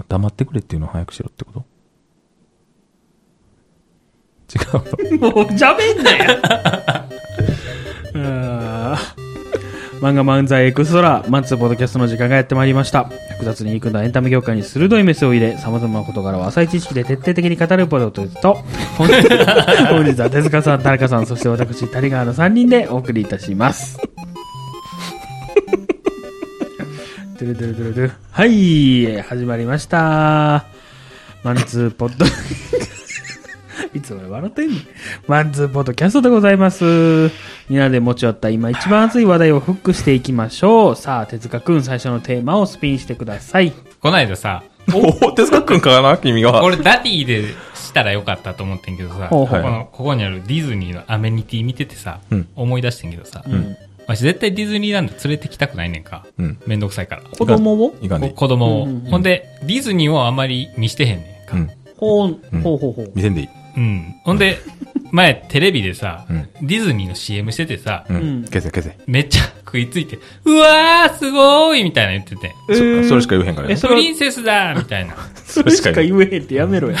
黙ってくれっていうのを早くしろってこと違う。 もう喋んなよ。漫画漫才エクストラ、マンツーポッドキャストの時間がやってまいりました。複雑に組んだエンタメ業界に鋭いメスを入れ、様々な事柄を浅い知識で徹底的に語るポッドキャスト。本日は手塚さん、田中さん、そして私、谷川の3人でお送りいたします。ドゥルドゥルドゥルドゥ。はい、始まりました。マンツーポッドいつ俺笑ってんの。マンツーポッドキャストでございます。みんなで持ち寄った今一番熱い話題をフックしていきましょう。さあ、手塚くん最初のテーマをスピンしてください。 こないださ、 手塚くんかな君が。 俺ダディでしたらよかったと思ってんけどさ、ここにあるディズニーのアメニティ見ててさ、思い出してんけどさ、わし絶対ディズニーランド連れてきたくないねんか。めんどくさいから。 子供を子供を。ほんで、ディズニーをあんまり見してへんねんか。 ほう。 見せんでいい。 ほんで、前テレビでさ、ディズニーの CM しててさ、 消せ。 めっちゃ食いついて、うわーすごーいみたいな言ってて。 それしか言えへんからね。 プリンセスだーみたいな。 それしか言えへんってやめろや。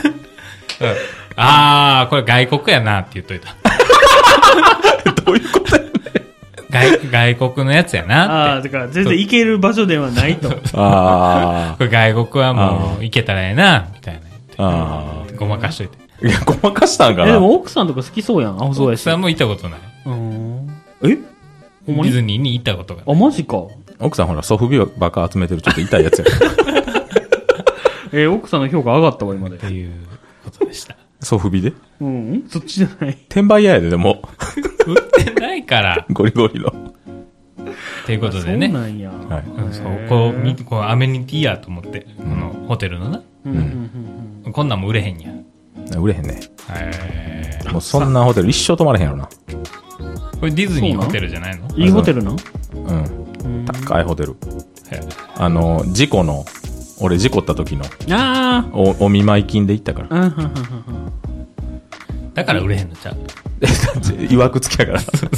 これ外国やなって言っといた。 どういうことやねん。 外国のやつやなって。 だから全然行ける場所ではないと。 これ外国はもう行けたらええな、みたいな。ごまかしといて。 いや、ごまかしたんかな。 でも奥さんとか好きそうやん。そうやし。 奥さんも行ったことない。 ディズニーに行ったことがない。 マジか。 奥さんほら、ソフビばっか集めてるちょっと痛いやつや。奥さんの評価上がったわ、今で。 っていうことでした。 ソフビでそっちじゃない。 転売屋やで、でも。 売ってないから。 ゴリゴリの。 ということでね。 そうなんや。 こうアメニティやと思って、このホテルのな。こんなんも売れへんや。 売れへんね。もうそんなホテル一生泊まれへんやろな。 これディズニーホテルじゃないの？ いいホテルな？ 高いホテル。俺事故った時のお見舞い金で行ったから。 だから売れへんのちゃう？ いわくつきやから。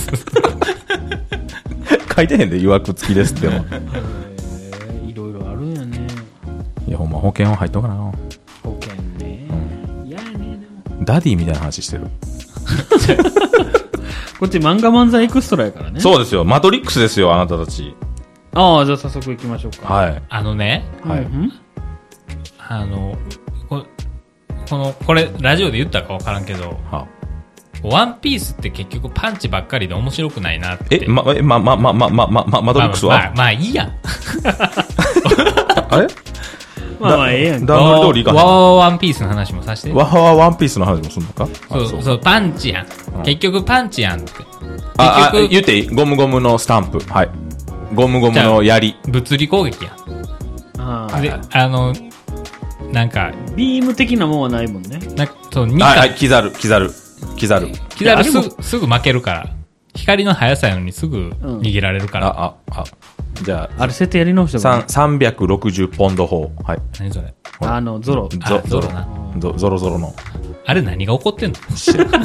書いてへんで、いわくつきですっても。 いろいろあるんやね。 いや、ほんま保険は入っとかな。 保険ね。いやね。 ダディみたいな話してる。 こっち漫画漫才エクストラやからね。 そうですよ。マトリックスですよ、あなたたち。 じゃあ早速行きましょうか。 はい。 これ、ラジオで言ったか分からんけど、ワンピースって結局パンチばっかりで面白くないなって。 マトリックスはまあいいやん。 あれええやん。 段取り通りいかへん。 ワンピースの話もさして。 ワンピースの話もすんのか？ そう、パンチやん。結局パンチやんって。 言っていい？ゴムゴムのスタンプ。はい。ゴムゴムの槍。 物理攻撃やん。で、なんか。 ビーム的なもんはないもんね。 キザル。 すぐ負けるから。光の速さやのにすぐ逃げられるから。 じゃあ。 あれ設定やり直しても 360ポンド砲。はい。 何それ？ ゾロな。 ゾロの。 あれ何が起こってんの？ 知らん。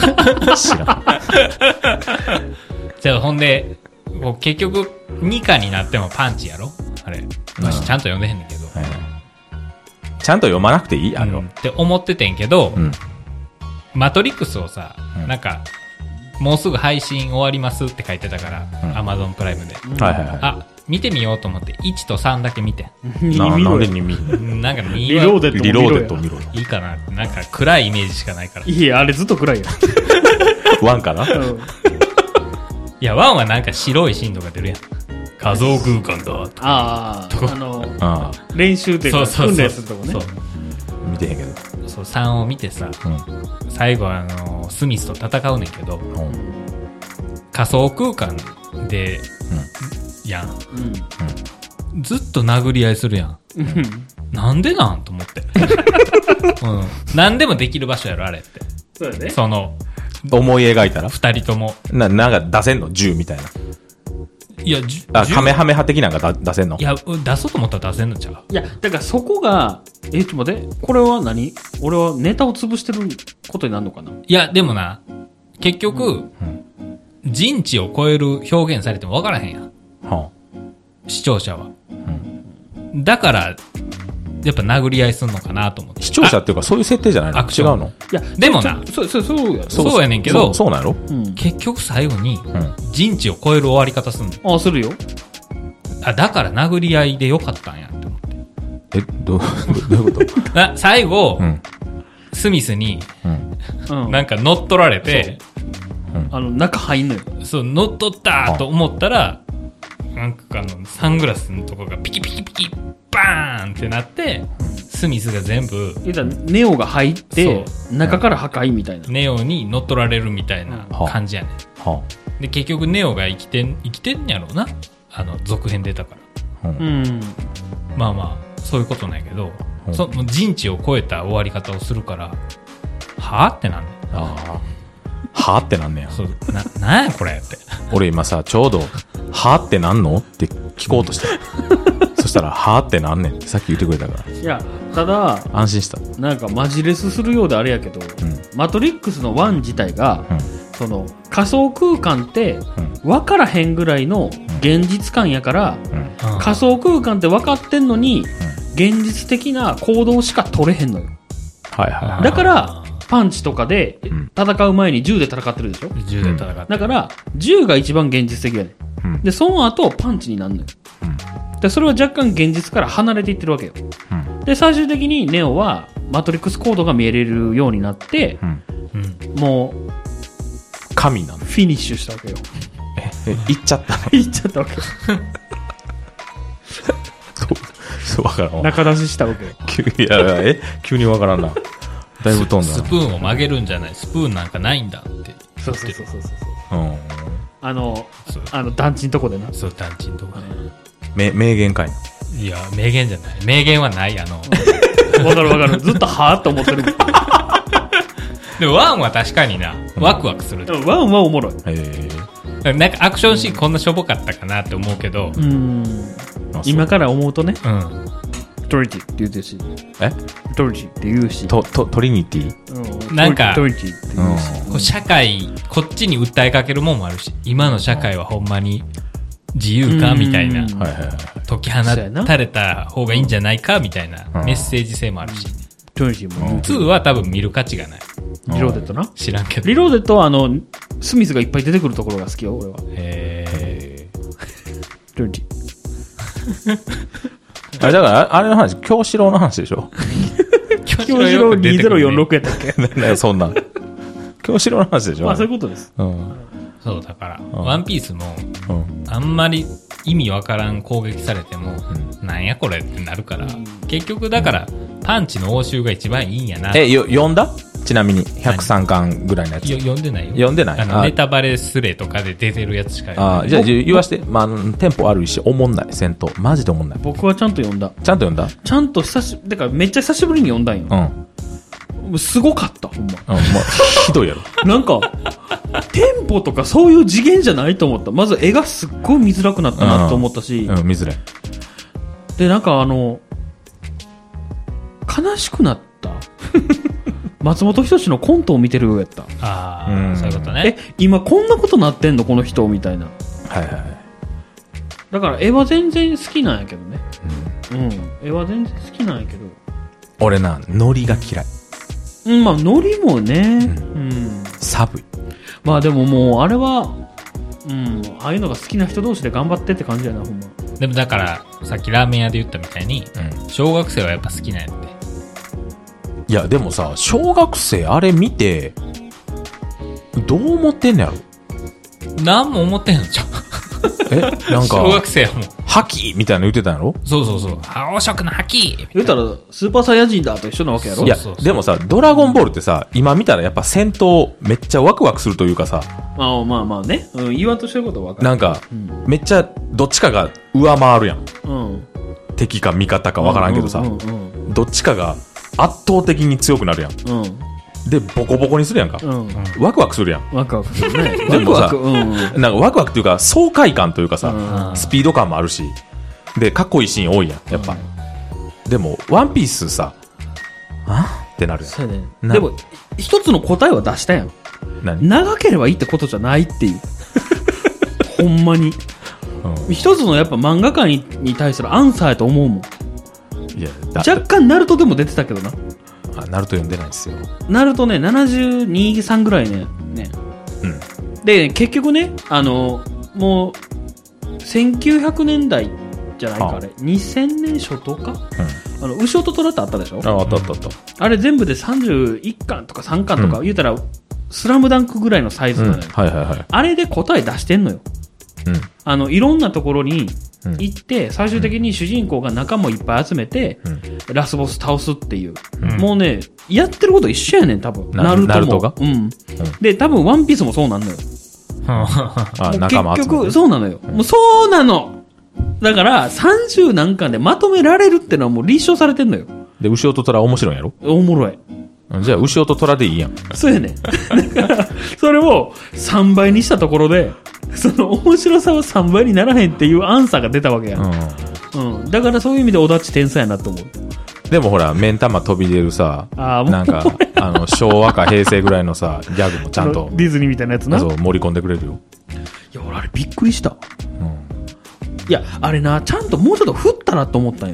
じゃあほんで、結局、2課になってもパンチやろ？あれ。私ちゃんと読んでへんねんけど。 ちゃんと読まなくていい？ って思っててんけど、マトリックスをさ、なんか、もうすぐ配信終わりますって書いてたから、Amazon プライムで。見てみようと思って、1と3だけ見て。 なんで2見なんかリローデット見ろよ。 いいかなって、なんか暗いイメージしかないから。 いや、あれずっと暗いやん。 1かな？ いや、1はなんか白い振動が出るやん。仮想空間だと。 練習っていうか、訓練するとこね。 見てへんけど。 そう、3を見てさ、最後スミスと戦うねんけど、仮想空間で、やん。ずっと殴り合いするやん。なんでなんと思って。何でもできる場所やろ、あれって。 そうやね。 思い描いたら二人とも。 なんか出せんの？銃みたいな。 いや、 カメハメハ的なのが出せんの？ いや、出そうと思ったら出せんのちゃう？ いや、だからそこが、ちょっと待って、これは何？俺はネタを潰してることになるのかな？ いや、でもな、結局、人知を超える表現されても分からへんやん。視聴者は。だから、 やっぱ殴り合いすんのかなと思って。 視聴者っていうかそういう設定じゃないの？ アクション違うの？ いや、 でもな、そうやねんけど、 そうなの？ 結局最後に、人知を超える終わり方すんの。 あ、するよ。 あ、だから殴り合いでよかったんやって思って。 どういうこと最後、スミスに、なんか乗っ取られて、 中入んのよ。 そう、乗っ取ったと思ったら、なんかサングラスのとこがピキピキピキ、バーンってなって、スミスが全部、 ネオが入って、中から破壊みたいな。 ネオに乗っ取られるみたいな感じやねん。で、結局ネオが生きてんやろうな。続編出たから。まあまあ、そういうことなんやけど、その人知を超えた終わり方をするから、はぁってなんねん。 はぁってなんねや。 そう、なんやこれって。 俺今さ、ちょうど、はぁってなんのって聞こうとした。そしたら、はぁってなんねんってさっき言ってくれたから。 いや、ただ、 安心した。 なんかマジレスするようであれやけど、マトリックスの1自体が、その仮想空間って分からへんぐらいの現実感やから、仮想空間って分かってんのに、現実的な行動しか取れへんのよ。だからパンチとかで戦う前に銃で戦ってるでしょ。 銃で戦ってる。 だから銃が一番現実的やねん。でその後パンチになるのよ。でそれは若干現実から離れていってるわけよ。で最終的にネオはマトリックスコードが見えれるようになって、もう神なの。 フィニッシュしたわけよ。 行っちゃったの。 行っちゃったわけよ。 そうわからんわ。 中出ししたわけよ。 急にわからんな。だいぶ飛んだな。 スプーンを曲げるんじゃない。スプーンなんかないんだって。 そう。団地のとこでな。 そう、団地のとこで。名言かいな。 いや、名言じゃない。名言はない。わかる。ずっとはぁって思ってる。 でもワンは確かにな、ワクワクする。 ワンはおもろい。 なんかアクションシーンこんなしょぼかったかなって思うけど、 今から思うとね、トリニティって言うてるし、トリニティって言うし、 トリニティ、 なんかトリニティって言うし、 社会こっちに訴えかけるもんもあるし、今の社会はほんまに自由かみたいな、解き放たれた方がいいんじゃないかみたいなメッセージ性もあるし。2は多分見る価値がない。 リローデットな。 知らんけど。 リローデットはスミスがいっぱい出てくるところが好きよ、俺は。トリニティ。 だからあれの話、京志郎の話でしょ。 京志郎2046やったっけ。 そんな。京志郎の話でしょ。 まあそういうことです。 そうだからワンピースもあんまり意味わからん攻撃されてもなんやこれってなるから、結局だからパンチの応酬が一番いいんやな。 読んだ？ちなみに103巻ぐらいのやつ。 読んでないよ。 読んでない。 ネタバレスレとかで出てるやつしか。 じゃあ言わして。まあテンポあるしおもんない戦闘マジでおもんない。 僕はちゃんと読んだ。 ちゃんと読んだ？ ちゃんとだからめっちゃ久しぶりに読んだんよ。すごかったほんま。 ひどいやろ。 なんかテンポとかそういう次元じゃないと思った。まず絵がすっごい見づらくなったなと思ったし、 見づらい。 でなんか悲しくなった。松本人志のコントを見てるようやった。 そういうことね。 今こんなことなってんのこの人みたいな。だから絵は全然好きなんやけどね。絵は全然好きなんやけど。 俺なノリが嫌い。 まあノリもね。 寒い。 まあでももうあれはああいうのが好きな人同士で頑張ってって感じやなほんま。 でもだからさっきラーメン屋で言ったみたいに、小学生はやっぱ好きなんやって。 いやでもさ小学生あれ見てどう思ってんのやろ。 何も思ってんのじゃん。 なんか小学生はもう覇気みたいなの言ってたんやろ。 そう黄色の覇気言ったらスーパーサイヤ人だと一緒なわけやろ。 いやでもさドラゴンボールってさ今見たらやっぱ戦闘めっちゃワクワクするというかさ、 まあね、言わんとしてることは分かる。 なんか、めっちゃどっちかが上回るやん、敵か味方か分からんけどさ、どっちかが圧倒的に強くなるやん、でボコボコにするやんか、ワクワクするやん。 ワクワクするね。 でもさ、なんかワクワクっていうか爽快感というかさ、スピード感もあるしでかっこいいシーン多いやんやっぱ、でもワンピースさってなるやん。 そうやね。でも一つの答えは出したやん。長ければいいってことじゃないっていう。ほんまに、一つのやっぱ漫画界に対するアンサーやと思うもん。 いや若干ナルトでも出てたけどな。 ナルト読んでないんですよ。 ナルトね、72、3ぐらいね。で、結局ね、もう、1900年代じゃないか、あれ。2000年初頭か、牛音虎ってあったでしょ。 あった。 あれ全部で31巻とか3巻とか、言うたら、スラムダンクぐらいのサイズなのよ。あれで答え出してんのよ。いろんなところに行って、最終的に主人公が仲間をいっぱい集めて、ラスボス倒すっていう。もうね、やってること一緒やねん、多分。ナルトが。で、多分ワンピースもそうなんのよ。結局、そうなのよ。もうそうなの。だから、30何巻でまとめられるってのはもう立証されてんのよ。 で、牛音虎面白いんやろ？ おもろい。 じゃあ、牛音虎でいいやん。 そうやねん。だから、それを3倍にしたところで、その面白さは3倍にならへんっていうアンサーが出たわけやん。だからそういう意味でオダッチ天才やなと思う。 でもほら、目ん玉飛び出るさ、なんか、昭和か平成ぐらいのさ、ギャグもちゃんと。 ディズニーみたいなやつな。 そう、盛り込んでくれるよ。 いや、俺あれびっくりした。いや、あれな、ちゃんともうちょっと振ったらと思ったんよ。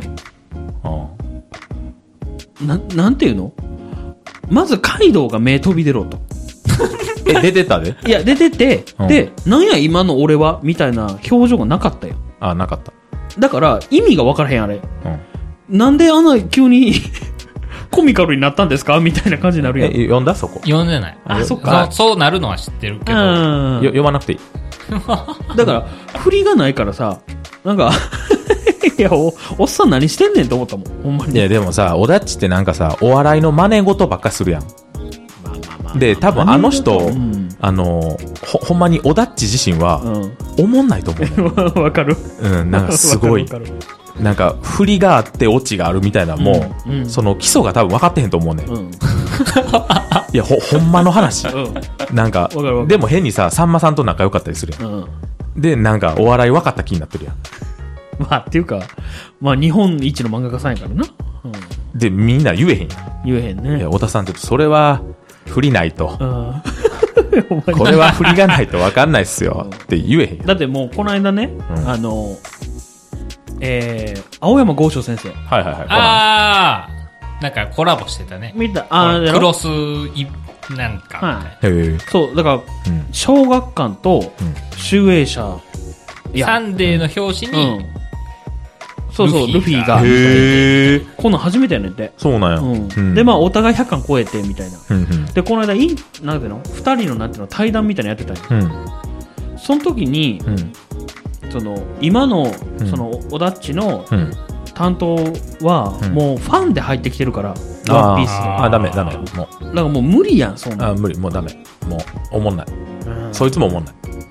なんていうの？まずカイドウが目飛び出ろと。 出てたで？ いや、出てて、で、なんや今の俺はみたいな表情がなかったよ。 なかった。 だから、意味が分からへん、あれ。なんで急にコミカルになったんですかみたいな感じになるやん。 読んだそこ。 読んでない。 そっか。 そうなるのは知ってるけど。 読まなくていい。 だから、振りがないからさ、なんか、いや、おっさん何してんねんと思ったもん、ほんまに。 いや、でもさ、オダッチってなんかさ、お笑いの真似事ばっかするやん。で、多分あの人、ほんまにオダッチ自身は、おもんないと思う。わかる？ なんかすごい、なんか、振りがあってオチがあるみたいなもう、その基礎が多分分かってへんと思うねん。いや、ほんまの話。なんか、でも変にさ、さんまさんと仲良かったりするやん。で、なんか、お笑い分かった気になってるやん。 まあ、っていうか、まあ、日本一の漫画家さんやからな。 で、みんな言えへんやん。 言えへんね。 いや、太田さんちょっとそれは、振りないと。これは振りがないと分かんないっすよ。って言えへんやん。 だってもう、この間ね、青山剛昌先生。 なんかコラボしてたね。 見た、 クロスなんかみたいな。 そう、だから、小学館と、集英社。 サンデーの表紙に、 そうそう、ルフィが。こんなん初めてやねんて。 そうなんや。で、まあ、お互い100巻超えて、みたいな。で、この間、なんていうの？二人のなんていうの？対談みたいなのやってたんや。その時に、その、今の、その、オダッチの、担当は、もうファンで入ってきてるから、ワンピースで。 ダメ。もう。 だからもう無理やん、そんな。 無理、もうダメ。もう、おもんない。そいつもおもんない。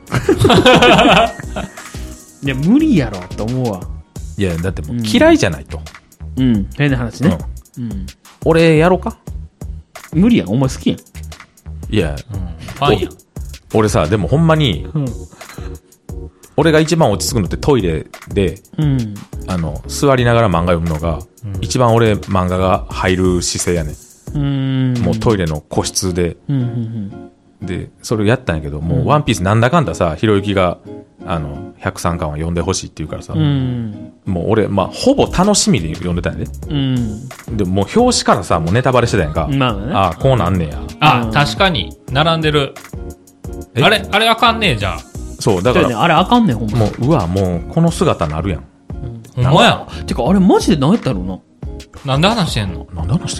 いや、無理やろって思うわ。 いや、だってもう嫌いじゃないと。 変な話ね。 俺、やろうか？ 無理やん、お前好きやん。 いや、 ファンやん。 俺さ、でもほんまに、俺が一番落ち着くのってトイレで、座りながら漫画読むのが、一番俺漫画が入る姿勢やねん。もうトイレの個室で、で、それをやったんやけど、もうワンピースなんだかんださ、ひろゆきが、103巻は読んでほしいって言うからさ、もう俺、まあ、ほぼ楽しみで読んでたんやで。で、もう表紙からさ、もうネタバレしてたやんか。ああ、こうなんねや。 確かに、並んでる。あれあかんねえ、じゃあ。 そう、だから。 あれあかんねん、ほんま。 もう、もう、この姿なるやん。 ほんまや。 てか、あれマジで何やったろうな。 なんで話してんの？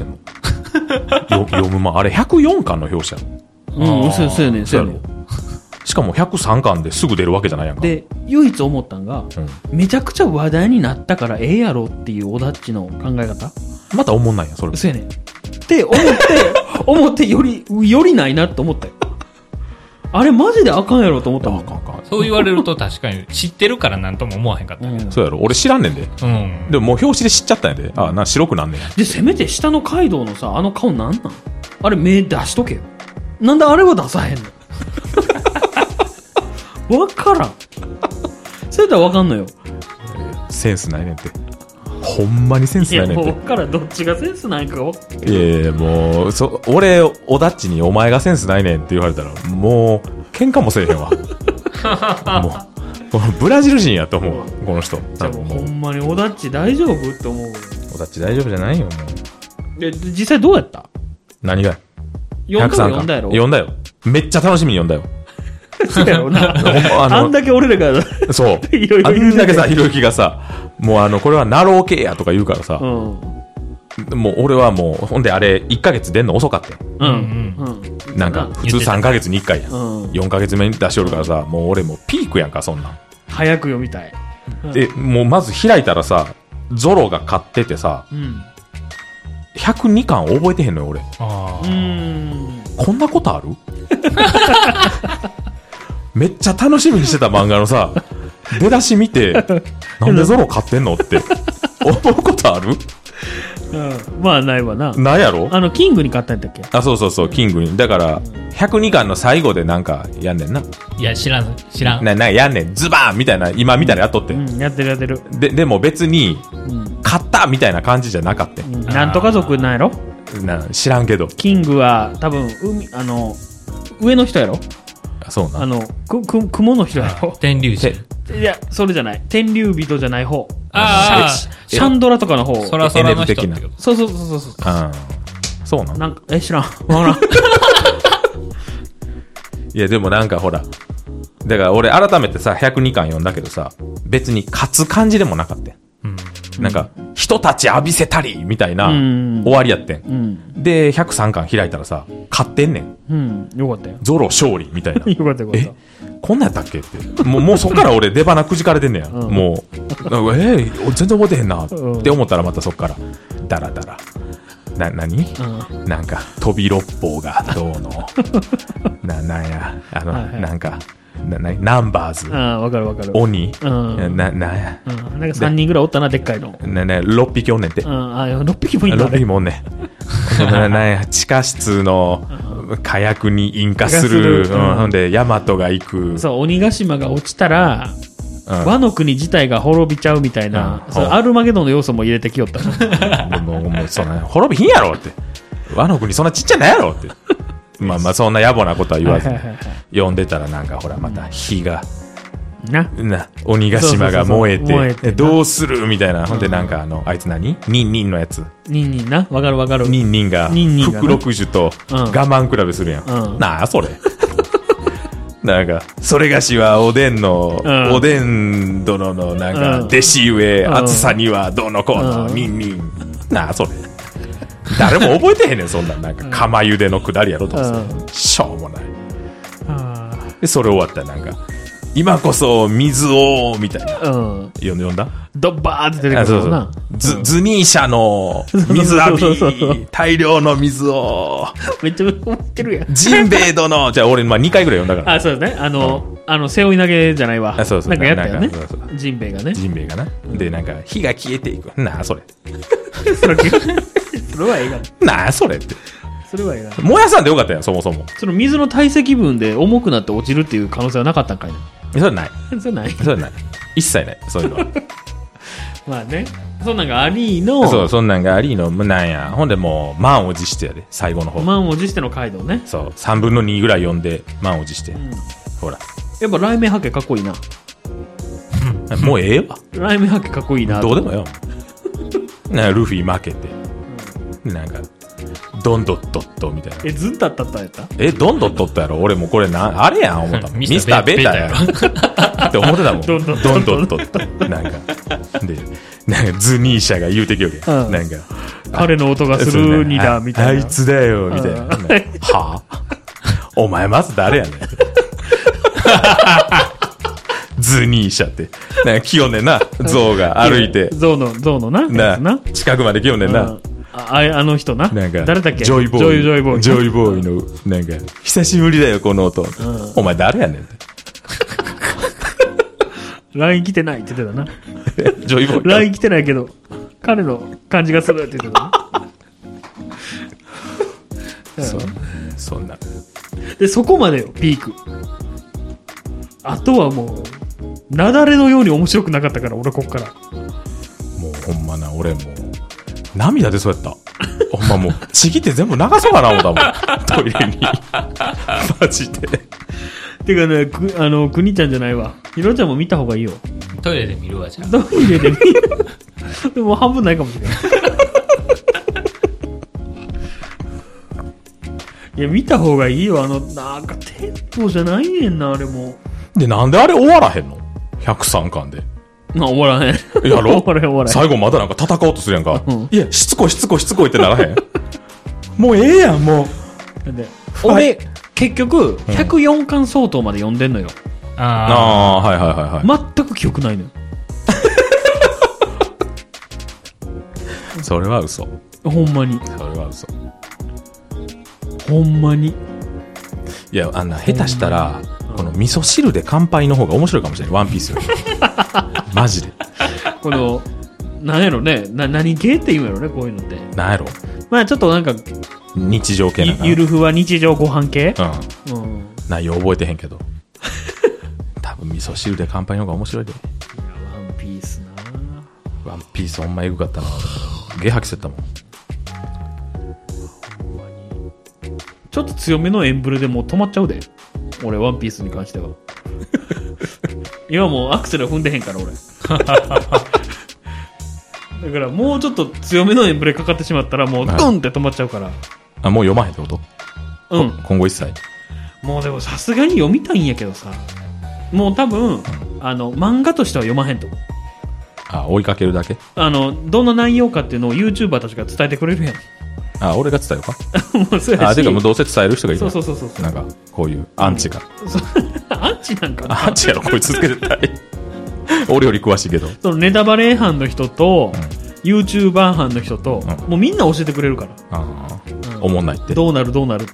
読むあれ104巻の表紙やろ。そうやねん。 しかも103巻ですぐ出るわけじゃないやんか。 で、唯一思ったんが、めちゃくちゃ話題になったからええやろっていうオダッチの考え方。 また思んないやん、それ。 そうやねん。って思ってよりないなって思ったよ。あれマジであかんやろと思ったもん。 そう言われると確かに知ってるからなんとも思わへんかったけど。 そうやろ、俺知らんねんで。でももう表紙で知っちゃったんやで。白くなんねんや。 で、せめて下のカイドウのさ、あの顔なんなん？あれ目出しとけよ。なんであれは出さへんの？わからん。それとはわかんのよ。 センスないねんって。ほんまにセンスないねんって。 いや、もうからどっちがセンスないか分かんない。 いや、もう、俺、オダッチにお前がセンスないねんって言われたら、もう、喧嘩もせえへんわ。もう、このブラジル人やと思うわ、この人。 じゃあもうほんまにオダッチ大丈夫って思う。 オタッチ大丈夫じゃないよ、もう。 で、実際どうやった？ 何が読んだやろ？ 読んだよ。めっちゃ楽しみに読んだよ。 そうやろな。あんだけ俺らが、 そう。あんだけさ、ひろゆきがさ、もうこれはナロー系やとか言うからさ、もう俺はもう、ほんであれ、1ヶ月出んの遅かったよ。なんか、普通3ヶ月に1回やん。4ヶ月目に出しおるからさ、もう俺もうピークやんか、そんなん。 早く読みたい。 で、もうまず開いたらさ、ゾロが買っててさ、102巻覚えてへんのよ、俺。こんなことあるめっちゃ楽しみにしてた漫画のさ、出だし見て、なんでゾロ買ってんのって思うことある？ まあないわな。 ないやろ？ キングに買ったんやったっけ？ あ、そうそうそう、キングに。だから、102巻の最後でなんかやんねんな。 いや、知らん。 なんかやんねん。ズバーンみたいな、今みたいなやっとって。 やってる。 でも別に、買ったみたいな感じじゃなかった。 なんとか族なんやろ？ 知らんけど。 キングは多分、上の人やろ？ そうな。 雲の人やろ？ 天竜人。 いや、それじゃない。天竜人じゃない方。シシャンドラとかの方。 そらそらの人ってこと。 そう。 そうなの？ なんか、知らん。わからん。 いや、でもなんかほら。だから俺改めてさ、102巻読んだけどさ、別に勝つ感じでもなかったよ。なんか、人たち浴びせたりみたいな終わりやってん。で、103巻開いたらさ、勝ってんねん。 よかったよ。 ゾロ勝利みたいな。 よかった。 こんなんやったっけって。もうそっから俺出花くじかれてんねや。もう、全然覚えてへんなって思ったらまたそっから、ダラダラ。何なんか、飛び六方がどうの。なんや、なんか、ナンバーズ。 わかる。 鬼。 なんか3人ぐらいおったな、でっかいの。 6匹おんねんて。 6匹もいんの？ 6匹もおんねん。なんや、地下室の火薬に引火する。ほんで、ヤマトが行く。 そう、鬼ヶ島が落ちたら、和の国自体が滅びちゃうみたいな、アルマゲドンの要素も入れてきよったの。 もうそんな滅びひんやろって。和の国そんなちっちゃないやろって。まあそんな野暮なことは言わずに読んでたらなんかほらまた火が鬼ヶ島が燃えてどうするみたいな。ほんでなんかあいつニンニンのやつニンな、わかるニンニンが福禄寿と我慢比べするやん。なあそれなんかそれがしはおでん殿のなんか弟子ゆえ暑さにはどうのこうのニンニンなあそれ誰も覚えてへんねん、そんなん。なんか、釜茹でのくだりやろとかしょうもない。で、それ終わったらなんか、今こそ水を、みたいな。読んだドッバーって出てくるもんな。 ズニーシャの水浴び、大量の水を。 めっちゃ思ってるやん。 ジンベエ殿。じゃあ俺、2回ぐらい読んだから。 そうですね。背負い投げじゃないわ。 そう。 なんかやったよね。ジンベエがね。 で、なんか、火が消えていく。なあ、それ。 それは映画。 なあ、それって。 それは映画。 燃やさんでよかったやん、そもそも。 その水の体積分で重くなって落ちるっていう可能性はなかったんかいな。 それない。 それない。 一切ない、そういうのは。 まあね。そんなんがありの。 そう、そんなんがありの、なんや。ほんでもう、満を持してやで、最後の方。 満を持しての街道ね。 そう、3分の2ぐらい読んで、満を持して。ほら。 やっぱ雷鳴ハケかっこいいな。 もうええわ。 雷鳴ハケかっこいいな。 どうでもよ。ルフィ負けて。なんか、ドンドットットみたいな。 ずんだったったやったドンドットットやろ。俺もこれあれやん思ったもん。ミスターベータやろ。って思ってたもん。ドンドットット。なんか、で、なんかズニーシャが言うてきよけ。なんか、 彼の音がするにだ、みたいな。 あいつだよ、みたいな。はぁお前まず誰やねん。ズニーシャって。なんか来よんねんな。ゾウが歩いて。 ゾウのな。 近くまで来よんねんな。 あの人な。 なんか、 誰だっけ？ ジョイボーイの、なんか、久しぶりだよ、この音。お前誰やねんって。 LINE 来てないって言ってたな。 ジョイボーイ。 LINE 来てないけど、彼の感じがするって言ってたな。 そんな。 で、そこまでよ、ピーク。あとはもう、雪崩のように面白くなかったから、俺こっから。 もうほんまな、俺もう、涙出そうやった。ほんまもう、ちぎって全部流そうかな思ったもん。トイレに。マジで。 てかね、くにちゃんじゃないわ。ひろちゃんも見た方がいいよ。 トイレで見るわ、じゃあ。 トイレで見る。でも半分ないかもしれない。 いや、見た方がいいよ。なんか、テンポじゃないねんな、あれも。 で、なんであれ終わらへんの ?103 巻で。 終わらへん。 やろ終わらへん。 最後まだなんか戦おうとするやんか。 うん、 いや、しつこいってならへんもうええやん、もう。 で俺、結局、104巻相当まで読んでんのよ。 ああ、はいはいはいはい。 全く記憶ないのよ。 それは嘘。 ほんまに。 それは嘘。 ほんまに。 いや、下手したら、この味噌汁で乾杯の方が面白いかもしれない。ワンピースより。マジで。 なんやろね。何系って言うんやろね、こういうのって。 なんやろ。 まあちょっとなんか、 日常系なのかな。 ゆるふわ日常ご飯系うん。内容覚えてへんけど。多分味噌汁で乾杯の方が面白いで。いや、ワンピースな。 ワンピースほんまエグかったな。ゲ吐きせったもん。 ちょっと強めのエンブレでもう止まっちゃうで。俺、ワンピースに関しては。今もうアクセル踏んでへんから、俺。だからもうちょっと強めのエンブレかかってしまったら、もうドンって止まっちゃうから。 あ、もう読まへんってこと？ うん。 今後一切。 もうでもさすがに読みたいんやけどさ。もう多分、漫画としては読まへんと思う。 あ、追いかけるだけ？ どんな内容かっていうのを YouTuber たちが伝えてくれるやん。 あ、俺が伝えようか。 もうそうやし。 てかもうどうせ伝える人がいる。 そう。 なんか、こういうアンチが。 アンチなんかな。 アンチやろ、こいつ続けてたい。俺より詳しいけど。 そのネタバレ班の人と、YouTuber 班の人と、もうみんな教えてくれるから。 おもんないって。 どうなるって。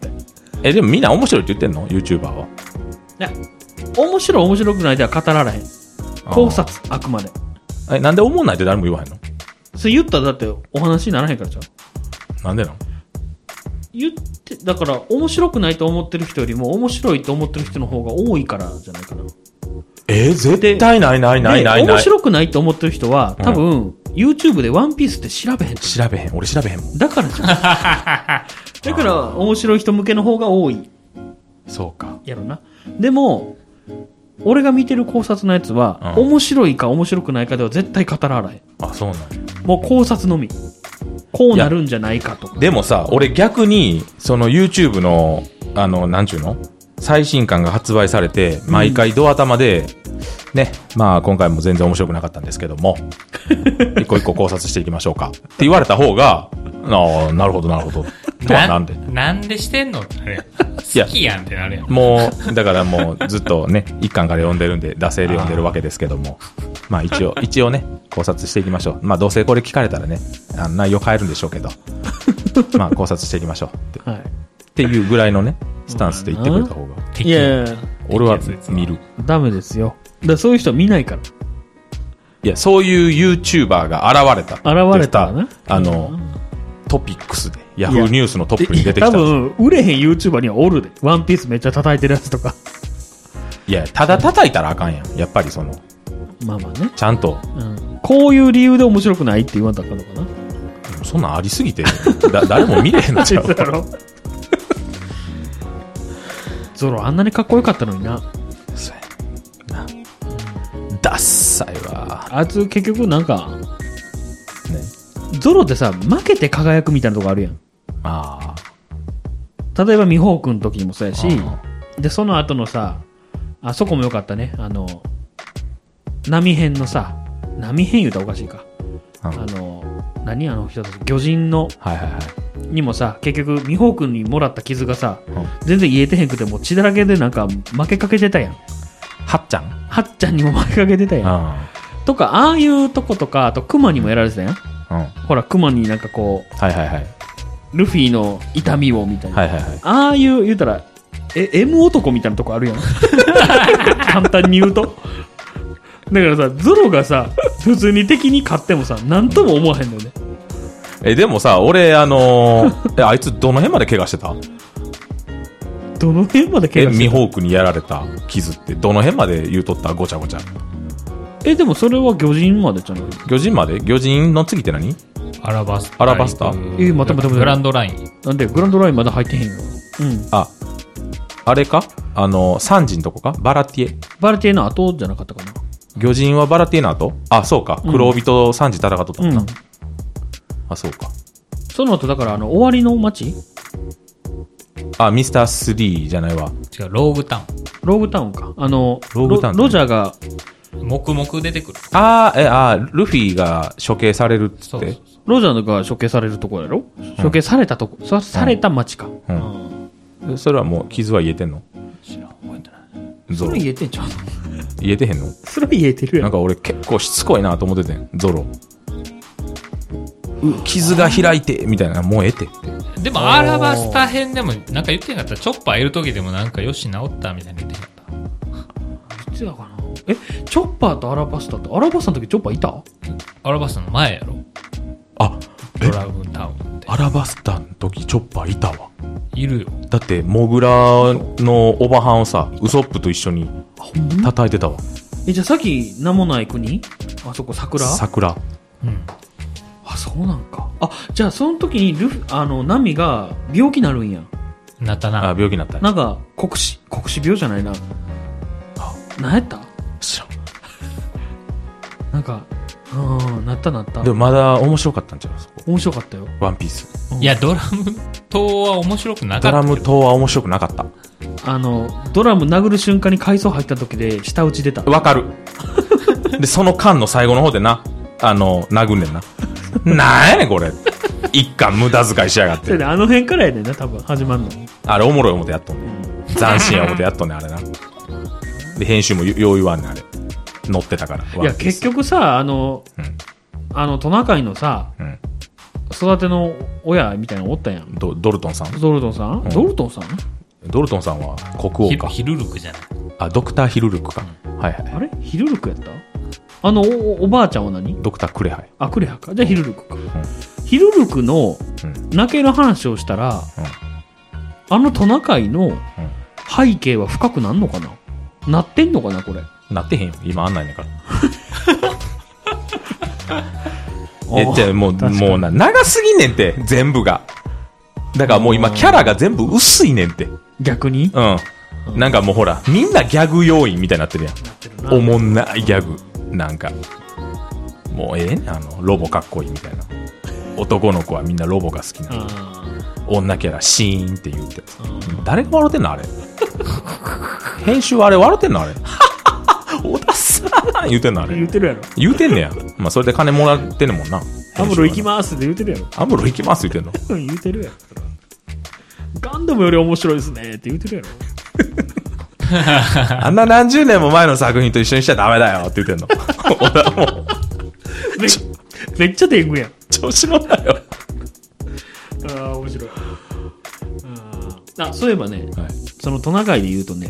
でもみんな面白いって言ってんの ?YouTuber は。 いや、面白くないでは語られへん。考察、あくまで。 なんでおもんないって誰も言わへんの？ それ言ったらだってお話にならへんからじゃん。 なんでなん？ 言って、だから面白くないと思ってる人よりも面白いと思ってる人の方が多いからじゃないかな。 絶対ない。 面白くないと思ってる人は、多分、YouTube でワンピースって調べへん。 俺調べへんもん。 だからじゃん。だから面白い人向けの方が多い。 そうか。 やろな。でも、俺が見てる考察のやつは、面白いか面白くないかでは絶対語らない。 あ、そうなんや。 もう考察のみ。こうなるんじゃないかとか。 でもさ、俺逆に、その YouTube の、なんちゅうの？最新刊が発売されて、毎回ドア玉で、ね、まあ今回も全然面白くなかったんですけども、一個一個考察していきましょうか。って言われた方が、なるほど。とはなんでなんでしてんのってなるやん。好きやんってなるやん。 もう、だからもうずっとね、一巻から読んでるんで、惰性で読んでるわけですけども、まあ一応ね、考察していきましょう。まあどうせこれ聞かれたらね、内容変えるんでしょうけど、まあ考察していきましょう。はい。っていうぐらいのね、スタンスで言ってくれた方が。 いや俺は見る。 ダメですよ。そういう人は見ないから。 いや、そういう YouTuber が現れたね。 トピックスで、ヤフーニュースのトップに出てきた。 多分、売れへん YouTuber にはおるで。ワンピースめっちゃ叩いてるやつとか。 いや、ただ叩いたらあかんやん。やっぱりまあまあね。 ちゃんと。 こういう理由で面白くないって言わんとあかんのかな。 そんなんありすぎて、誰も見れへんのちゃうか。 ゾロあんなにかっこよかったのにな。 そうやな。ダッサいわ。 あいつ結局なんか、ゾロってさ、負けて輝くみたいなとこあるやん。例えばミホークの時もそうやし、で、その後のさ、あそこもよかったね。波編のさ、波編言うたらおかしいか。何人たち、魚人の、にもさ、結局、ミホークにもらった傷がさ、全然癒えてへんくて、もう血だらけでなんか負けかけてたやん。 はっちゃんにも負けかけてたやん。とか、ああいうとことか、あとクマにもやられてたやん。ほら、クマになんかこう、ルフィの痛みをみたいな。ああいう、言うたら、M 男みたいなとこあるやん。簡単に言うと。だからさ、ゾロがさ、普通に敵に勝ってもさ、なんとも思わへんのよね。 でもさ、俺、あいつどの辺まで怪我してた？ どの辺まで怪我してた？ ミホークにやられた傷って、どの辺まで言うとった？ごちゃごちゃ。 でもそれは魚人までじゃない？ 魚人まで？魚人の次って何？ アラバスタ。 待って。 グランドライン。 なんでグランドラインまだ入ってへんよ。 あれか？サンジのとこか？バラティエの後じゃなかったかな。 魚人はバラティエの後？そうか。黒帯とサンジ戦っとったもんな。そうか。 その後だから終わりの街あ、ミスター3じゃないわ。 違う、ローグタウン。 ローグタウンか。 ローグタウンロジャーが、 黙々出てくる。 ルフィが処刑されるっつって。 ロジャーが処刑されるとこやろ、処刑されたとこ、された町か。 それはもう傷は癒えてんの？ 知らん、覚えてない。それ言えてんじゃん。 癒えてへんの？ それ言えてるやん。 なんか俺結構しつこいなと思っててん、ゾロ。傷が開いて、みたいな、もうええてって。 でも、アラバスタ編でも、なんか言ってなかった。チョッパーいる時でもなんか、よし、治ったみたいな言ってなかった。 いつだかな。チョッパーとアラバスタって、アラバスタの時チョッパーいた？ アラバスタの前やろ。 あ、 ドラグタウンって。 アラバスタの時チョッパーいたわ。 いるよ。 だって、モグラのオバハンをさ、ウソップと一緒に叩いてたわ。 じゃあさっき名もない国？あそこ桜？ 桜。 うん。あ、そうなんか。あ、じゃあその時にナミが病気なるんや。 なったな。 あ、病気になった。 なんか、国死病じゃないな。何やった？ 知らん。 なんか、なった。 でもまだ面白かったんちゃう？ 面白かったよ。 ワンピース。 いや、ドラム島は面白くなかった。 ドラム島は面白くなかった。 ドラム殴る瞬間に階層入った時で下打ち出た。 わかる。で、その間の最後の方でな、殴んねんな。なんやねんこれ。一巻無駄遣いしやがって。 あの辺からやねんな、多分、始まんの。 あれおもろい思ってやっとんねん。斬新や思ってやっとんねん、あれな。で、編集もよう言わんねん、あれ。乗ってたから。 いや、結局さ、トナカイのさ、育ての親みたいなのおったやん。 ドルトンさんドルトンさんドルトンさんは国王か。 ヒルルクじゃない。 あ、ドクターヒルルクか。はいはい。 あれヒルルクやった？おばあちゃんは何？ ドクタークレハイ。 あ、クレハか。じゃあヒルルクか。ヒルルクの泣ける話をしたら、トナカイの背景は深くなんのかな？なってんのかなこれ。 なってへんよ。今あんないねんから。じゃあもう長すぎんねんって、全部が。だからもう今キャラが全部薄いねんって。 逆に？ うん。なんかもうほら、みんなギャグ要員みたいになってるやん。おもんないギャグ。なんか。もうええねん、ロボかっこいいみたいな。男の子はみんなロボが好きなの。女キャラシーンって言うて。誰が笑ってんのあれ。編集はあれ笑ってんのあれ。おだっさー言うてんのあれ。 言うてるやろ。 言うてんねや。まあそれで金もらってんねんもんな。 アムロ行きますって言うてるやろ。 アムロ行きます言うてんの。 言うてるやろ。ガンダムより面白いですねって言うてるやろ。 あんな何十年も前の作品と一緒にしちゃダメだよって言ってんの。俺はもうめっちゃ天狗やん。 調子乗ったよ。 ああ、面白い。そういえばね、そのトナカイで言うとね、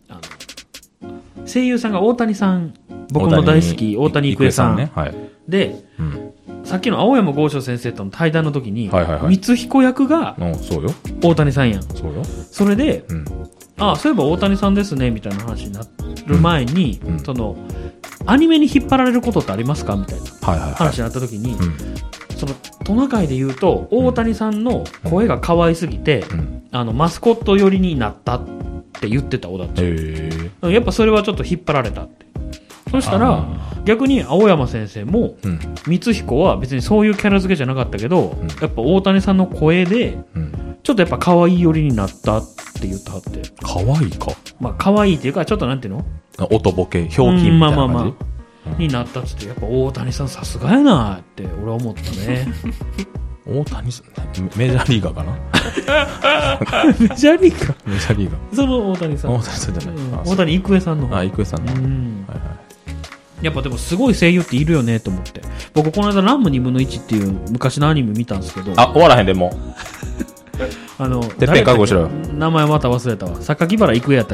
声優さんが大谷さん、僕の大好き大谷育恵さんね。で、さっきの青山剛昌先生との対談の時に、光彦役が大谷さんやん。 そうよ。 それで、そういえば大谷さんですねみたいな話になる前に、そのアニメに引っ張られることってありますかみたいな話になった時に、そのトナカイで言うと大谷さんの声が可愛すぎて、マスコット寄りになったって言ってた小田っち。やっぱそれはちょっと引っ張られたって。そしたら逆に青山先生も、光彦は別にそういうキャラ付けじゃなかったけど、やっぱ大谷さんの声で、ちょっとやっぱ可愛い寄りになったって言ったって。 可愛いか。 まあ可愛いっていうかちょっとなんていうの？ 音ボケ、ひょうきんみたいな感じ、 になったっつって、やっぱ大谷さんさすがやなって俺は思ったね。 大谷さんメジャーリーガーかな。 メジャーリーガー。 メジャーリーガー。 その大谷さん。 大谷さんじゃない。 大谷育恵さんの。 育恵さんの。 やっぱでもすごい声優っているよねと思って。僕この間ランム2分の1っていう昔のアニメ見たんですけど。 終わらへんでもう。てっぺん覚悟しろよ。 名前また忘れたわ。榊原郁恵やったっ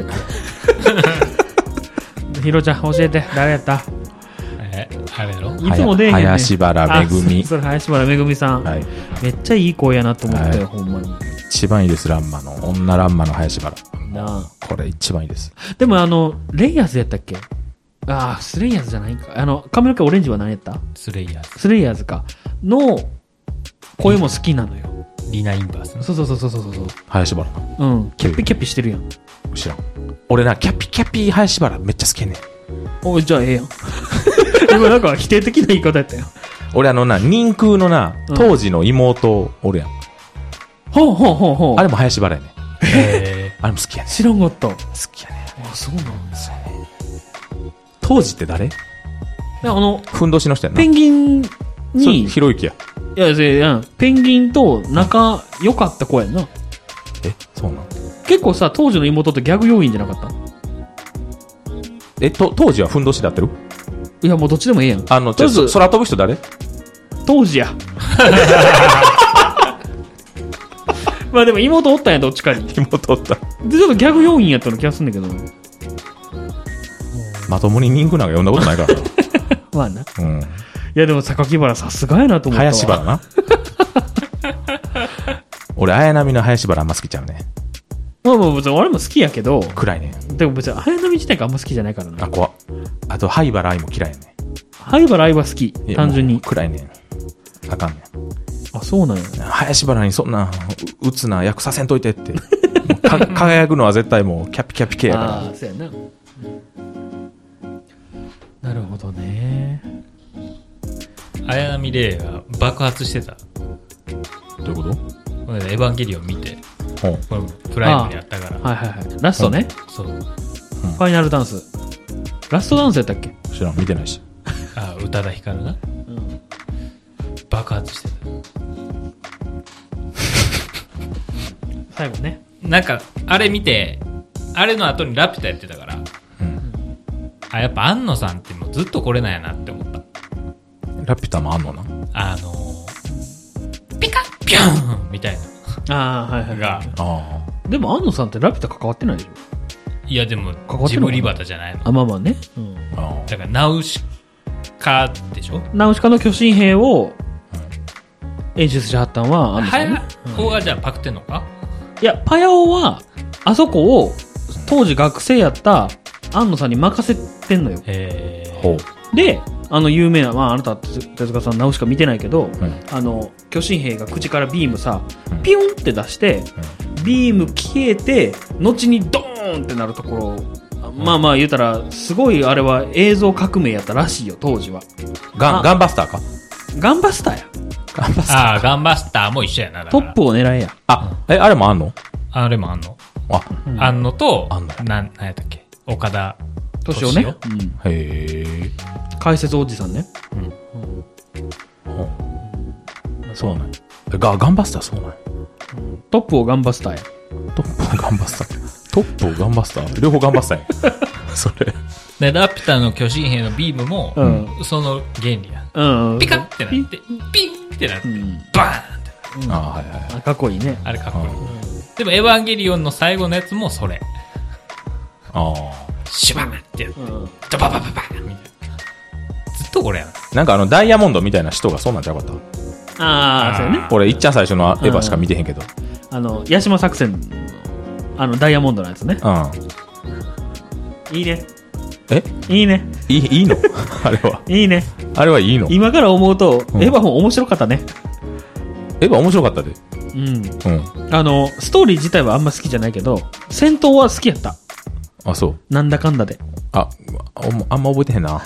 け。ひろちゃん教えて、誰やった？ あれやろ？ いつも出えへんね。 林原めぐみ。 それ林原めぐみさん。めっちゃいい声やなと思ってほんまに。 一番いいです、ランマの。女ランマの林原。これ一番いいです。 でもレイヤーズやったっけ？スレイヤーズじゃないか。髪の毛オレンジは何やった？ スレイヤーズ。 スレイヤーズか。の声も好きなのよ。 リナインバース。 そう。 林原。 キャッピキャッピしてるやん。 知らん。俺な、キャピキャピ林原めっちゃ好きやねん。 じゃあええやん。今なんか否定的な言い方やったよ。 俺人空の当時の妹おるやん。 ほう。 あれも林原やねあれも好きやね。 知らんかった。好きやね。 あ、そうなんですね。 当時って誰？ふんどしの人やな。 ペンギンに。 ひろゆきや。 いや、ペンギンと仲良かった子やんな。 そうなん？ 結構さ、当時の妹ってギャグ要員じゃなかった？ 当時はふんどしでやってる？ いや、もうどっちでもええやん。 じゃあ、空飛ぶ人誰？ 当時や。まあでも妹おったんや、どっちかに。 妹おった。 で、ちょっとギャグ要員やったの気がするんだけど。 まともに人気なんか読んだことないからな。 まあな。 うん。 いやでも榊原さすがやなと思ったわ。 林原な。俺、綾波の林原あんま好きちゃうね。 まあ別に俺も好きやけど。 暗いね。 でも別に綾波自体があんま好きじゃないからな。 あ、怖っ。あと、灰原愛も嫌いやね。 灰原愛は好き。単純に。 暗いね。あかんねん。 あ、そうなんや。 林原にそんな、うつな役させんといてって。輝くのは絶対もう、キャピキャピ系やから。 ああ、そうやな。なるほどね。 綾波レイが爆発してた。 どういうこと？ これエヴァンゲリオン見て、これプライムにあったから。 はいはいはい。ラストね。 そう。ファイナルダンス。ラストダンスやったっけ？ 知らん、見てないし。 あ、宇多田ヒカルな。爆発してた。 最後ね。 なんか、あれ見て、あれの後にラピュタやってたから、あ、やっぱ安野さんってもうずっとこれなんやなって思った。 ラピュタもあんのな。 ピカッピューンみたいな。ああ、はいはい。 が。 でも安野さんってラピュタ関わってないでしょ？ いやでも、ジブリバタじゃないの。 あ、まあまあね。 だから、ナウシカでしょ？ ナウシカの巨神兵を演出しはったんは安野さんね。 パヤオがじゃあパクってんのか？ いや、パヤオは、あそこを、当時学生やった安野さんに任せてんのよ。で、有名な、まあ、あなた、手塚さん、ナウシカ見てないけど、巨神兵が口からビームさ、ピュンって出して、ビーム消えて、後にドーンってなるところ、まあまあ言うたら、すごいあれは映像革命やったらしいよ、当時は。 ガンバスターか？ ガンバスターや。 ガンバスター。ああ、ガンバスターも一緒やな。 トップを狙えや。 あれもあんの？ あれもあんの。あんのと、なんやったっけ？岡田敏夫ね。 へえ。 解説おじさんね。 そうなんや。ガンバスターそうなんや。 トップをガンバスターや。 トップをガンバスター。トップをガンバスター両方ガンバスターや。それ。 で、ラピュタの巨神兵のビームも、その原理や。ピカッってなって、ピンってなって、バーンって。 はいはい。 かっこいいね。 あれかっこいい。でも、エヴァンゲリオンの最後のやつもそれ。シュバーってやって、ドババババーみたいな。ずっとこれやん。 なんかダイヤモンドみたいな人がそうなんちゃうかった？ ああ、そうやね。 俺、いっちゃん最初のエヴァしか見てへんけど。 ヤシマ作戦の、ダイヤモンドのやつね。いいね。いいね。 いいの？あれは。 いいね。 あれはいいの？ 今から思うと、エヴァも面白かったね。 エヴァ面白かったで。 ストーリー自体はあんま好きじゃないけど、戦闘は好きやった。 あ、そう。 なんだかんだで。 あんま覚えてへんな。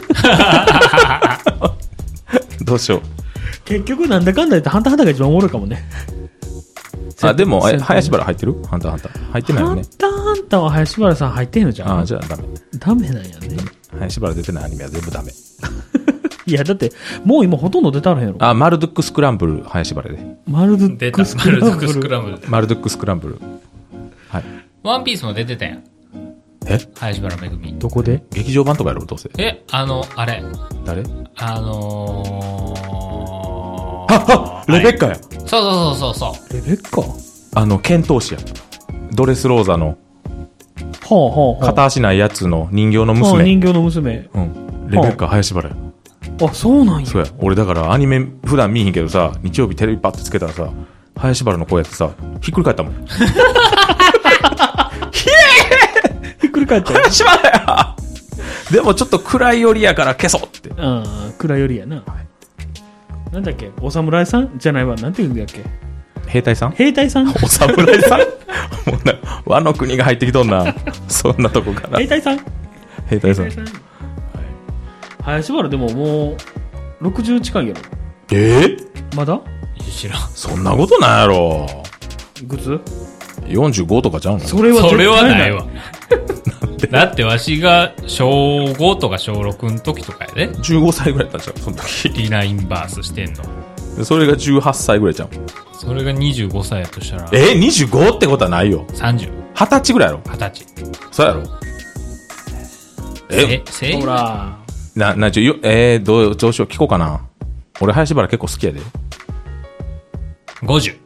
どうしよう。 結局なんだかんだ言ってハンターハンターが一番おもろいかもね。 でも、林原入ってる？ハンターハンター。入ってないよね。 ハンターハンターは林原さん入ってんのじゃん。 じゃあダメ。 ダメなんやね。 林原出てないアニメは全部ダメ。 いや、だって、もう今ほとんど出たらへんやろ。 マルドックスクランブル、林原で。 マルドックスクランブル。 マルドックスクランブル。はい。 ワンピースも出てたやん。林原めぐみ。 どこで？ 劇場版とかやろ、どうせ。 あれ。 誰？ レベッカや。 そう。 レベッカ？ 剣闘士や。ドレスローザの、片足ないやつの人形の娘。 人形の娘。 レベッカ林原や。 あ、そうなんや。 そうや。俺だからアニメ普段見えへんけどさ、日曜日テレビパッとつけたらさ、林原の声やってさ、ひっくり返ったもん。ひっくり返った。 林原やでもちょっと暗い寄りやから消そうって。 暗い寄りやな。なんだっけ、お侍さんじゃないわ。なんて言うんだっけ。 兵隊さん？ 兵隊さん？ お侍さん？もうな、和の国が入ってきとんな。そんなとこから。 兵隊さん？ 兵隊さん。 林原でももう、60近いやろ。 まだ？ 知らん。 そんなことないやろ。 いくつ？ 45とかちゃうの？ それは絶対それはないわ。だってわしが小5とか小6の時とかやで。 15歳ぐらいだったんちゃうその時。 リナインバースしてんの。 でそれが18歳ぐらいちゃう。 それが25歳やとしたら。 25ってことはないよ。 30。 20歳ぐらいやろ。 20歳。 そうやろ。 声優ほら。 どうしよう、聞こうかな。俺、林原結構好きやで。 50。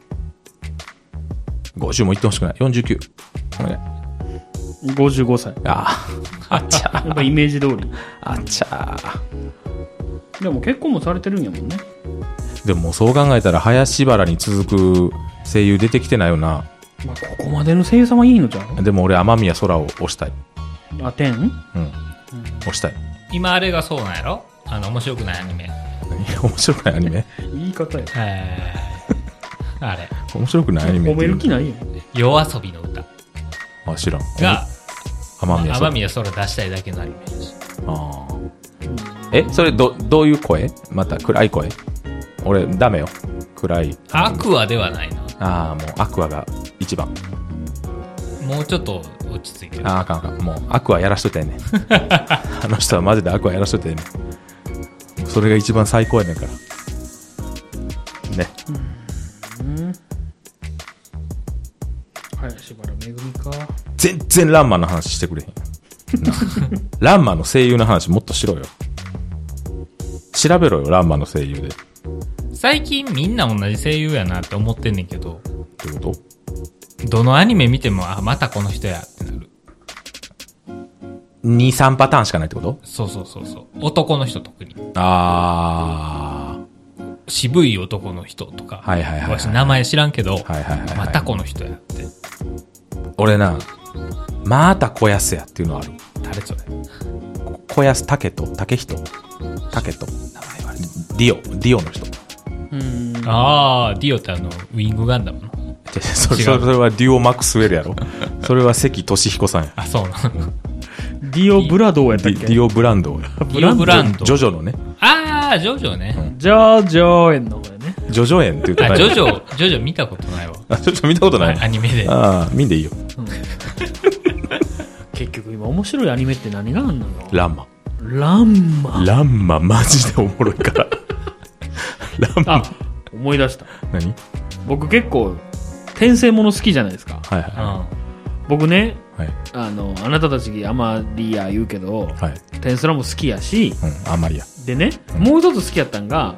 50も言ってほしくない。49。お願い。 55歳。 あっちゃやっぱイメージ通り。 あっちゃでも結婚もされてるんやもんね。 でもそう考えたら、林原に続く声優出てきてないよな。 まあ、ここまでの声優さんはいいのじゃん。 でも俺、天宮空を推したい。 あ、天？ うん。推したい。 今あれがそうなんやろ？面白くないアニメ。 面白くないアニメ？ 言い方や。 あれ。 面白くないアニメ。 褒める気ないよ。 夜遊びの歌。 あ、知らん。 が、 天宮空出したいだけのアニメです。 ああ。それどういう声？また暗い声？俺、ダメよ。暗い。 アクアではないな。 ああ、もうアクアが一番。 もうちょっと落ち着いてる。 あかん。もうアクアやらしといてんねん。あの人はマジでアクアやらしといてんねん。それが一番最高やねんから。ね。 林原めぐみか。 全然ランマの話してくれへん。ランマの声優の話もっとしろよ。調べろよ、ランマの声優で。 最近みんな同じ声優やなって思ってんねんけど。 ってこと？ どのアニメ見ても、またこの人やってなる。 2、3パターンしかないってこと？ そう。男の人特に。渋い男の人とか。わし名前知らんけど、またこの人やって。 俺な、また小安やっていうのある。 誰それ？ 小安竹人。名前はディオの人。 ディオってウィングガンダムの。 それはデュオマックスウェルやろ。それは関俊彦さんや。 あ、そうなの。 ディオブラドーやったっけ？ ディオブランド。 ディオブランド。 ジョジョのね。 ジョジョね。 ジョジョ園の方やね。 ジョジョ園って言ってない。 ジョジョ見たことないわ。 ジョジョ見たことない。 アニメで。 見んでいいよ。 結局今面白いアニメって何があんのよ。 ランママジでおもろいから。 思い出した。 何？ 僕結構転生もの好きじゃないですか。僕ね、あなたたちあまりや言うけど、転スラも好きやし、 あんまりや。 でね、もう一つ好きやったんが、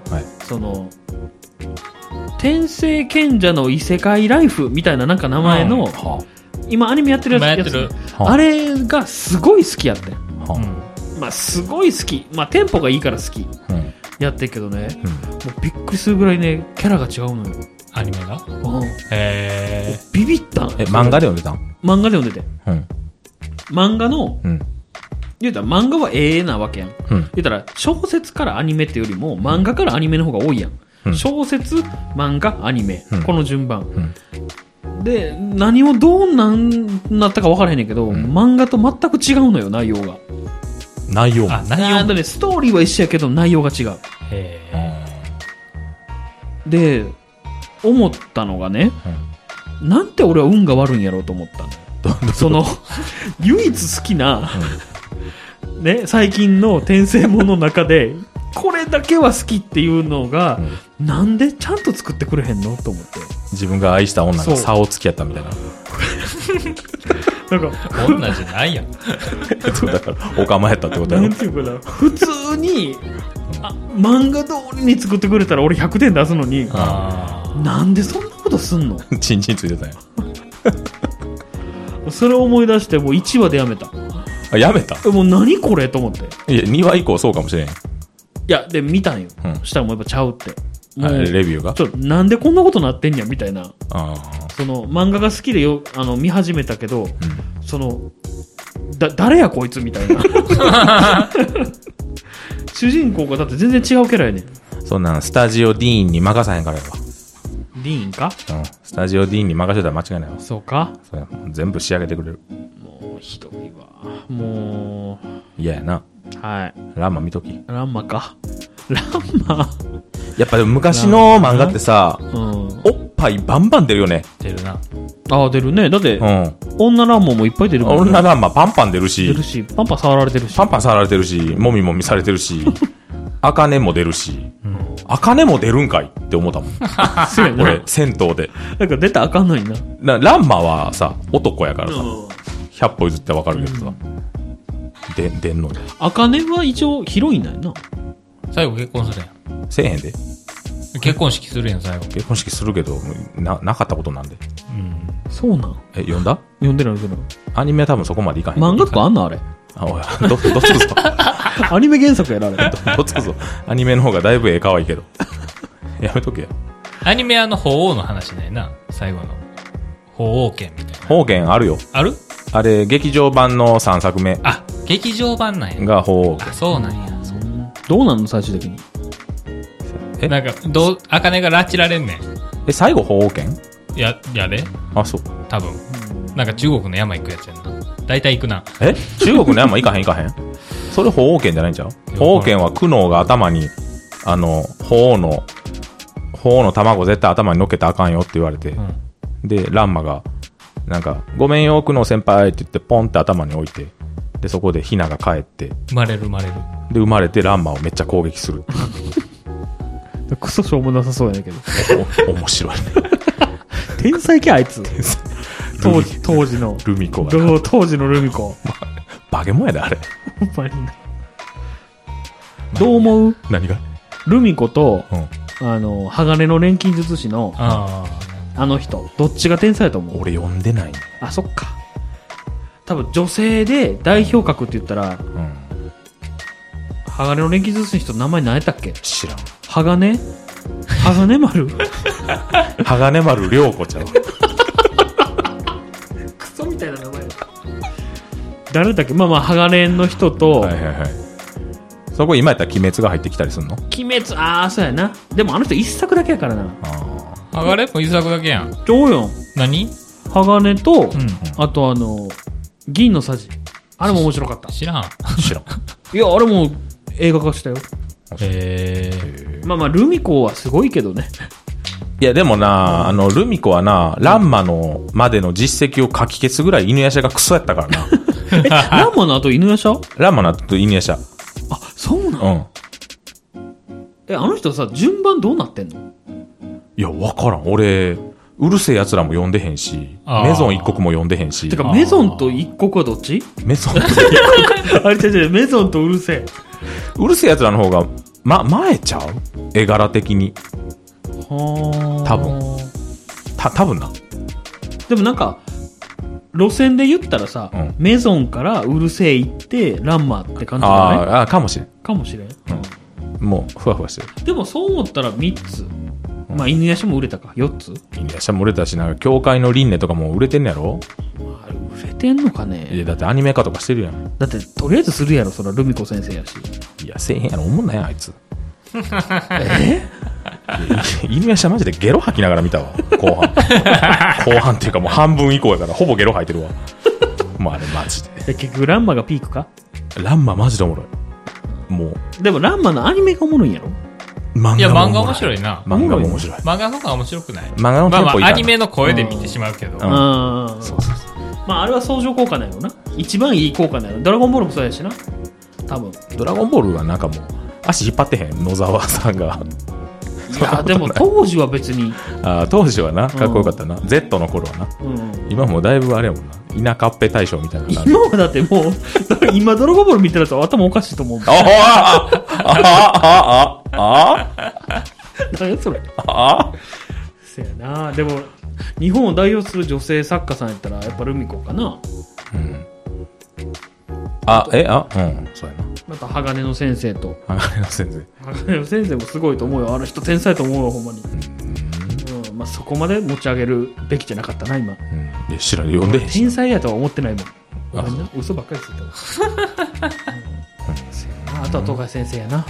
転生賢者の異世界ライフみたいななんか名前の、今アニメやってるやつ、あれがすごい好きやってん。まあすごい好き。まあテンポがいいから好き。やってるけどね、もうびっくりするぐらいね、キャラが違うのよ。 アニメが？ ビビったの。 漫画で読んでたん？ 漫画で読んでて。漫画の、言うたら漫画はなわけやん。言うたら小説からアニメってよりも漫画からアニメの方が多いやん。小説、漫画、アニメ。この順番。で、何をどうなったか分からへんねんけど、漫画と全く違うのよ、内容が。 内容ね、ストーリーは一緒やけど内容が違う。で、思ったのがね、なんて俺は運が悪いんやろうと思ったのよ。唯一好きな、ね、最近の転生ものの中で、これだけは好きっていうのが、なんでちゃんと作ってくれへんのと思って。 自分が愛した女が差をつき合ったみたいな。 なんか女じゃないやん。 だからお構いやったってことやろ。 なんていうかな、普通に漫画通りに作ってくれたら俺100点出すのに、なんでそんなことすんの？ チンチンついてたんや。 それを思い出してもう1話でやめた。 やめた？ もう何これと思って。 いや2話以降そうかもしれん。 いやで見たんよ。したらもうやっぱちゃうって。もうレビューがなんでこんなことなってんやみたいな。その漫画が好きで見始めたけど、誰やこいつみたいな。主人公がだって全然違うキャラやねん。 そんなんスタジオディーンに任さへんからやわ。 ディーンか？ スタジオディーンに任せたら間違いないわ。 そうか？ 全部仕上げてくれる。 もうひどいわ。もう嫌やな。 はい。 ランマ見とき。 ランマか。ランマ。 やっぱでも昔の漫画ってさ、おっぱいバンバン出るよね。 出るな。 ああ、出るね。だって、 うん。 女ランマもいっぱい出るもんね。 女ランマパンパン出るし。 出るし、パンパン触られてるし。 パンパン触られてるし、もみもみされてるし、アカネも出るし、アカネも出るんかいって思ったもん。 そうやな。 俺、銭湯で。 なんか出たらあかんのにな。 ランマはさ、男やからさ、100歩譲ってわかるけどさ、出んので。 アカネは一応ヒロインなんやな。 最後結婚するやん。 せえへんで。 結婚式するやん、最後。 結婚式するけど、なかったことなんで。 そうなん。 読んだ読んでない読んでない。 アニメは多分そこまでいかへん。 漫画とかあんのあれ。 あ、おい、どつくぞ。 アニメ原作やらあれ。 どつくぞ。アニメの方がだいぶ可愛いけど。やめとけや。 アニメ法王の話だよな、最後の。法王権みたいな。 方言あるよ。 ある？ あれ、劇場版の3作目。 あ、劇場版なんや。 が方あ、そうなんや。 どうなんの最終的に。 なんか、茜が拉致られんねん。 最後方言やであ、そう。 多分。なんか中国の山行くやつやんな。大体行くな。 中国の山行かへんそれ法王権じゃないんちゃう？法王権は苦悩が頭に、法王の卵絶対頭に乗っけたらあかんよって言われて、で、ランマが、なんか、ごめんよ、苦悩先輩って言って、ポンって頭に置いて、で、そこでヒナが帰って、 生まれる。 で、生まれてランマをめっちゃ攻撃する。 クソしょうもなさそうやねんけど。 面白いね。 天才かあいつ。当時の。 ルミコが。 当時のルミコ。 バケモンやで、あれ。 ほんまに。どう思う？ 何が？ ルミコと、鋼の錬金術師の、あの人、どっちが天才だと思う？ 俺読んでないね。 あ、そっか。多分女性で代表格って言ったら、鋼の錬金術師の人の名前何やったっけ？ 知らん。 鋼丸鋼丸涼子ちゃん。 クソみたいな名前。誰だっけ？まあ、鋼の人と、 はい。そこ今やったら鬼滅が入ってきたりするの？ 鬼滅、そうやな。でもあの人一作だけやからな。 鋼も一作だけやん。 そうよ。 何？ 鋼と、あと銀のさじ。あれも面白かった。 知らん。 いや、あれも映画化したよ。まあ、ルミコはすごいけどね。 いや、でもな、ルミコはな、ランマのまでの実績を書き消すぐらい犬夜叉がクソやったからな。 ランマの後犬夜叉？ ランマの後犬夜叉。 あ、そうなの？あの人さ、順番どうなってんの？ いや、わからん。俺、うるせえ奴らも読んでへんし、メゾン一国も読んでへんし。 てか、メゾンと一国はどっち？ メゾンと一国。あれ違う、メゾンとうるせえ。 うるせえ奴らの方が、前ちゃう？絵柄的に。多分な。でもなんか、路線で言ったらさ、メゾンからうるせえ行って、ランマって感じじゃない？ かもしれん。もう、ふわふわしてる。 でもそう思ったら3つ。まあ、犬夜叉も売れたか。4つ？ 犬夜叉も売れたし、なんか、教会の輪廻とかも売れてんやろ？ 売れてんのかね？ いや、だってアニメ化とかしてるやん。 だって、とりあえずするやろ、そら、ルミコ先生やし。 いや、せえへんやろ、思んないやん、あいつ。犬夜叉マジでゲロ吐きながら見たわ、後半。後半っていうかもう半分以降やから、ほぼゲロ吐いてるわ。もうあれマジで。 結局、ランマがピークか？ ランママジでおもろい。もう。 でも、ランマのアニメがおもろいんやろ？ いや、漫画面白いな。 漫画も面白い。 漫画の方が面白くない？ 漫画のテンポいいかな。 アニメの声で見てしまうけど。 そう。まあ、あれは相乗効果なんやろな。一番いい効果なんやろ。ドラゴンボールもそうやしな。多分。 ドラゴンボールはなんかもう、足引っ張ってへん、野沢さんが。 いや、でも当時は別に。 当時はな、かっこよかったな。Z の頃はな。今もだいぶあれやもんな。田舎っぺ大将みたいな感じ。 今はだってもう、今ドラゴンボール見てると頭おかしいと思う。何やそれ。せやな。でも、日本を代表する女性作家さんやったら、やっぱルミ子かな。 そうやな。 また鋼の先生と。 鋼の先生もすごいと思うよ。あの人天才と思うよ、ほんまに。まあ、そこまで持ち上げるべきじゃなかったな、今。 いや、知らん、読んでへんし。 天才やとは思ってないもん。嘘ばっかりついたわ。あとは東海先生やな。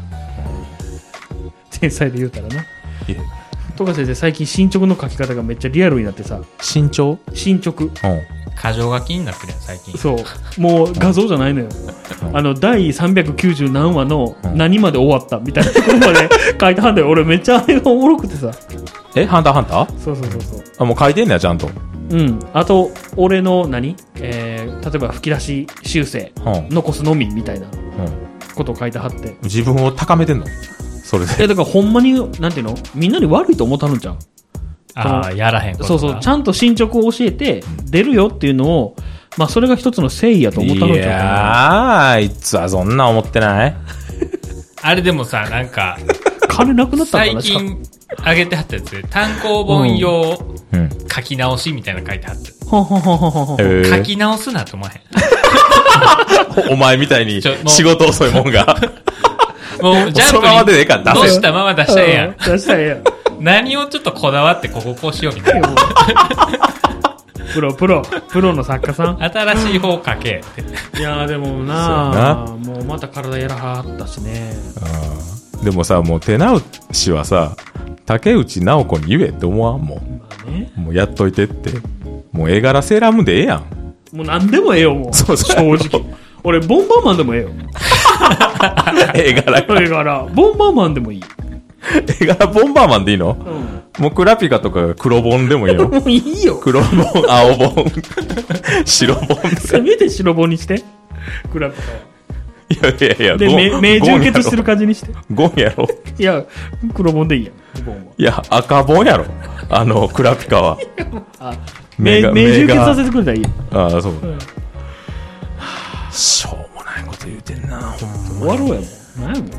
天才で言うたらな。東海先生、最近進捗の書き方がめっちゃリアルになってさ。 進捗。 箇条書きになってるやん、最近。 そう。もう画像じゃないのよ。第390何話の何まで終わったみたいなところまで書いてはんだよ。俺めっちゃあれがおもろくてさ。 ハンターハンター？ そうそうそうそう。 あ、もう書いてんねや、ちゃんと。 うん。あと、俺の例えば吹き出し修正、残すのみみたいなことを書いてはって。 自分を高めてんの？それで。 だからほんまに、なんていうの？みんなに悪いと思ったのじゃん。 ああ、やらへんこと。 そうそう。ちゃんと進捗を教えて、出るよっていうのを、まあそれが一つの誠意やと思ったのじゃん。 いやー、あいつはそんな思ってない？ あれでもさ、なんか、 金なくなったのかな？ 最近上げてはったやつで、単行本用書き直しみたいなの書いてはって。書き直すなと思わへん。お前みたいに仕事遅いもんが。 もうジャンプにそのままでええか、 出したまま出したらええやん。 出したらええやん。 何をちょっとこだわってこうしようみたいな。 プロの作家さん。 新しい方書けって。 いやーでもなー、もうまた体やらはったしね。 でもさ、もう手直しはさ、竹内直子に言えって思わんもん。 まあね、 もうやっといてって。もう絵柄セーラームーンでええやん。 もう何でもええよ、もう。 そう正直。俺、ボンバーマンでもええよ。 絵柄。 ボンバーマンでもいい。 絵柄ボンバーマンでいいの？ うん。 もうクラピカとか黒本でもいいよ。 もういいよ。 黒本、青本、白本。 せめて白本にして。クラピカは。 いや。 で、目充血してる感じにして。 ゴンやろ。 いや、黒本でいいやん。ボンは。 いや、赤本やろ。クラピカは。 目充血させてくれたらいいやん。 ああ、そう。しょうもないこと言うてんな、ほんま。 終わろうやもん。何やもん。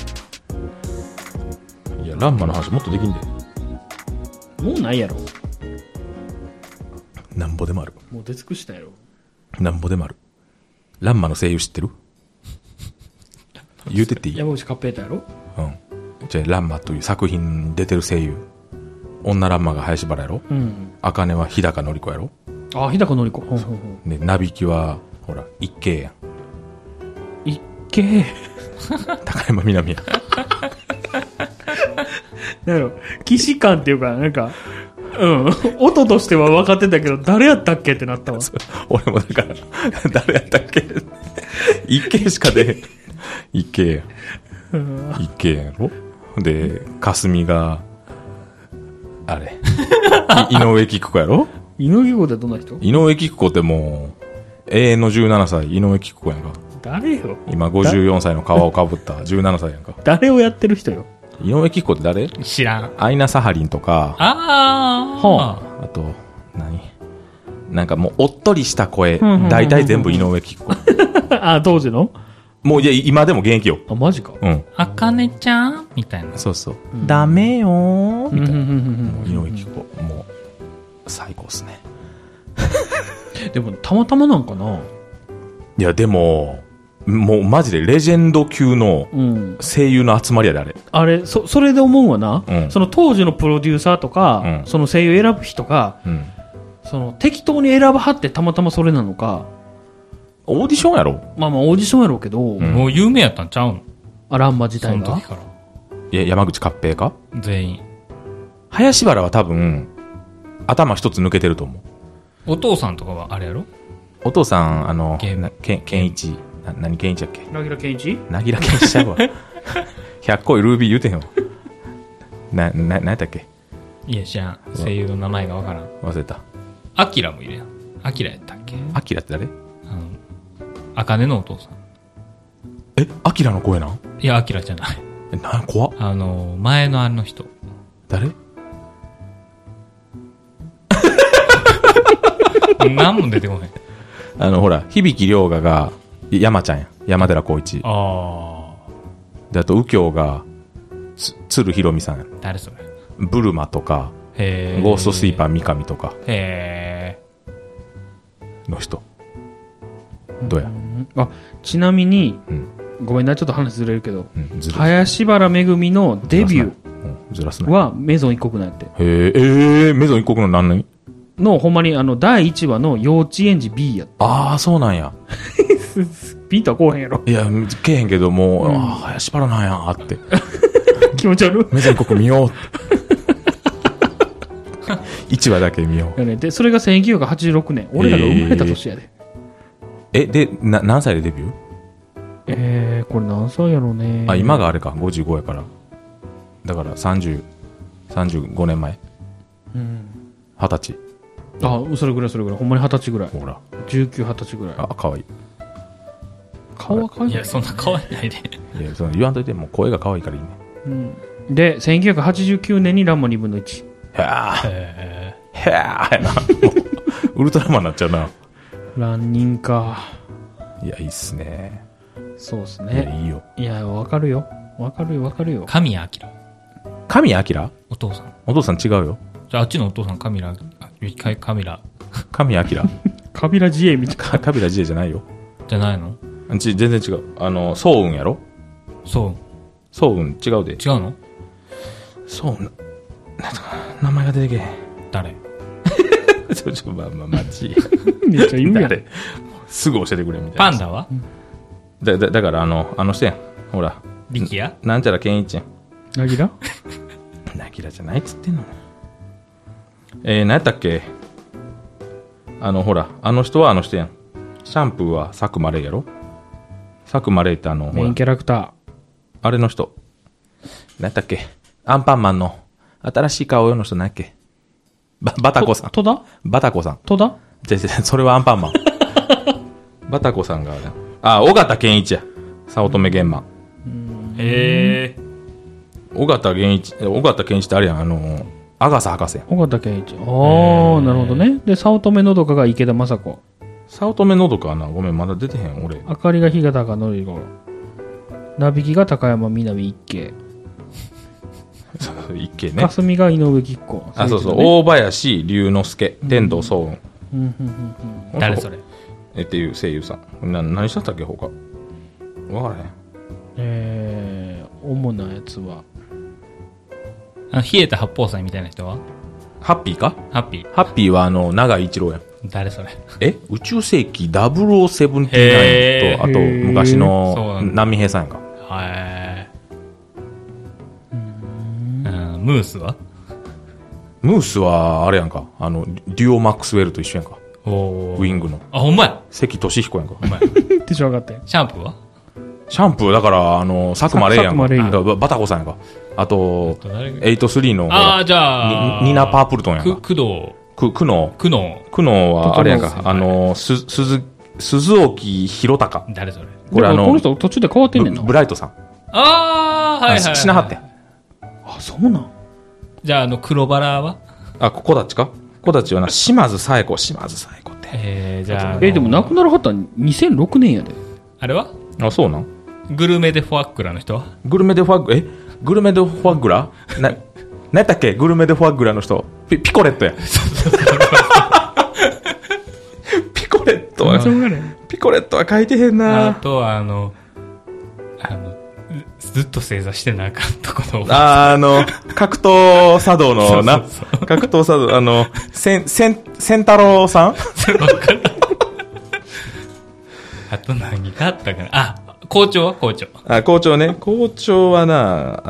いや、ランマの話もっとできんで。 もうないやろ。 なんぼでもある。 もう出尽くしたやろ。 なんぼでもある。ランマの声優知ってる？言うてっていい？ 山口カッペーターやろ。 うん。じゃあ、ランマという作品に出てる声優。女ランマが林原やろ。 うん。 茜は日高のり子やろ。 あ、日高のり子。 で、なびきは、ほら、一慶やん。 一慶高山みなみや。 なんやろ、既視感っていうか、なんか、うん。音としては分かってたけど、誰やったっけってなったわ。 俺もだから、誰やったっけ？一慶しか出へん。一慶や。一慶やろ。で、霞が、あれ。井上菊子やろ。 井上菊子ってどんな人？ 井上菊子ってもう、永遠の17歳、井上菊子やんか。 誰よ。 今54歳の皮をかぶった17歳やんか。 誰をやってる人よ。 井上菊子って誰？ 知らん。 アイナ・サハリンとか、あと、なんかもう、おっとりした声、大体全部井上菊子。 あ、当時の？ もう、いや、今でも現役よ。 あ、マジか。 うん。 あかねちゃんみたいな。 そうそう。ダメよーみたいな。もう井上菊子。もう、最高っすね。 でも、たまたまなんかな？ いや、でも、もうマジでレジェンド級の声優の集まりやで、あれ。 あれ、それで思うわな。その当時のプロデューサーとか、その声優選ぶ人が、その適当に選ばはってたまたまそれなのか。 オーディションやろ？ まあまあオーディションやろうけど。 もう有名やったんちゃうの？ あ、ランマ自体が。 その時から。 いや、山口勝平か？ 全員。 林原は多分、頭一つ抜けてると思う。 お父さんとかはあれやろ？ お父さん、健一。何健一やっけ？ なぎら健一？ なぎら健一ちゃうわ。100個ルービー言うてへんわ。何やったっけ？ いや、知らん。声優の名前がわからん。 忘れた。 アキラもいるやん。アキラやったっけ？ アキラって誰？ あかねのお父さん。 え、アキラの声なん？ いや、アキラじゃない。 怖っ。 前のあの人。 誰？ 何も出てこない。 ほら、響涼河が、山ちゃんや。山寺宏一。 ああ。 で、あと、右京が、鶴ひろみさんや。 誰それ？ ブルマとか、ゴーストスイーパー三上とか。の人。どうや？ あ、ちなみに、ごめんな、ちょっと話ずれるけど、林原めぐみのデビューはメゾン一国なんやって。 メゾン一国の何年の、ほんまに第1話の幼稚園児 B やった。 ああ、そうなんや。 ピンとはこうへんやろ。 いや、けえへんけど、もう、林原なんや、って。 気持ち悪い。 メゾン一国見よう。1話だけ見よう。 で、それが1986年。俺らが生まれた年やで。 で、何歳でデビュー？ これ何歳やろうね。 あ、今があれか、55やから。だから30 35年前。20歳。 あ、それぐらい。ほんまに20歳ぐらい。 ほら。 19、20歳ぐらい。 あ、かわいい。 顔は可愛い。 いや、そんな可愛いないで。 いや、言わんといて、もう声が可愛いからいいね。 で、1989年にランマ2分の1。 へぁやな。ウルトラマンになっちゃうな。 乱人か。 いや、いいっすね。 そうっすいや、 ね。 いいよ。 いや、わかるよ。 神谷明。 神谷明？ お父さん。 お父さん違うよ。 じゃあ、あっちのお父さん、神谷明。 神谷明。 カビラ自衛みたいな。 カビラ自衛じゃないよ。 じゃないの？ 全然違う。ソウンやろ？ そう。 ソウン違うで。 違うの？ ソウン、なんとか、名前が出てけへん。 誰？ マジ。 めっちゃ言うやん。 誰？すぐ教えてくれ、みたいな。 パンダは？ だから、人やん。ほら。 力也？ なんちゃら健一やん。 なぎらなぎらじゃないっつってんの。何やったっけ？ほら、人は人やん。シャンプーは佐久間レイやろ？佐久間レイってメインキャラクター。 あれの人。何やったっけ？アンパンマンの新しい顔用の人何やっけ？バタコさん。 戸田バタコさん。 戸田それはアンパンマン。バタコさんが、尾形健一や。早乙女玄馬。 へー。 尾形健一ってあれやん、アガサ博士やん。 尾形健一。ああ、なるほどね。で、早乙女のどかが池田雅子。 早乙女のどかはな、ごめん、まだ出てへん、俺。 あかりが日高のりごろ。なびきが高山みなみ一慶。 一軒ね。 かすみが井上吉子。 あ、そうそう。大林龍之介、天童総雲。 誰それ？ っていう声優さん。何したったっけ、他。わからへん。主なやつは。 冷えた八宝菜みたいな人は？ ハッピーか？ ハッピー。 ハッピーは長井一郎やん。 誰それ？ 宇宙世紀0079と、あと昔の波平さんやんか。 ムースは？ ムースはあれやんか。デュオマックスウェルと一緒やんか。ウィングの。 あ、ほんまや。 関俊彦やんか。 ほんまや。 テンション上がって。 シャンプーは？ シャンプーだから佐久間レイやんか。 佐久間レイバタコさんやんか。あと83のじゃあニナ・パープルトンやんか。 工藤はあれやんか。鈴沖弘隆。 誰それ？ これこの人途中で変わってんねんな。 ブライトさん。 はいはい。 しなはってん。 あ、そうなん。 じゃあ黒バラは？ 小立か？小立はな、島津紗友子って。 じゃあ。 でも亡くなるはった2006年やで。 あれは？ あ、そうなん？ グルメデフォアグラの人は？ グルメデフォアグラ何やったっけ？グルメデフォアグラの人。ピコレットや。ピコレットは書いてへんな。 あとずっと正座してなあかんとこの。 格闘茶道のな。格闘茶道、千太郎さんあと何があったかなあ、校長は校長。 あ、校長ね。校長はな、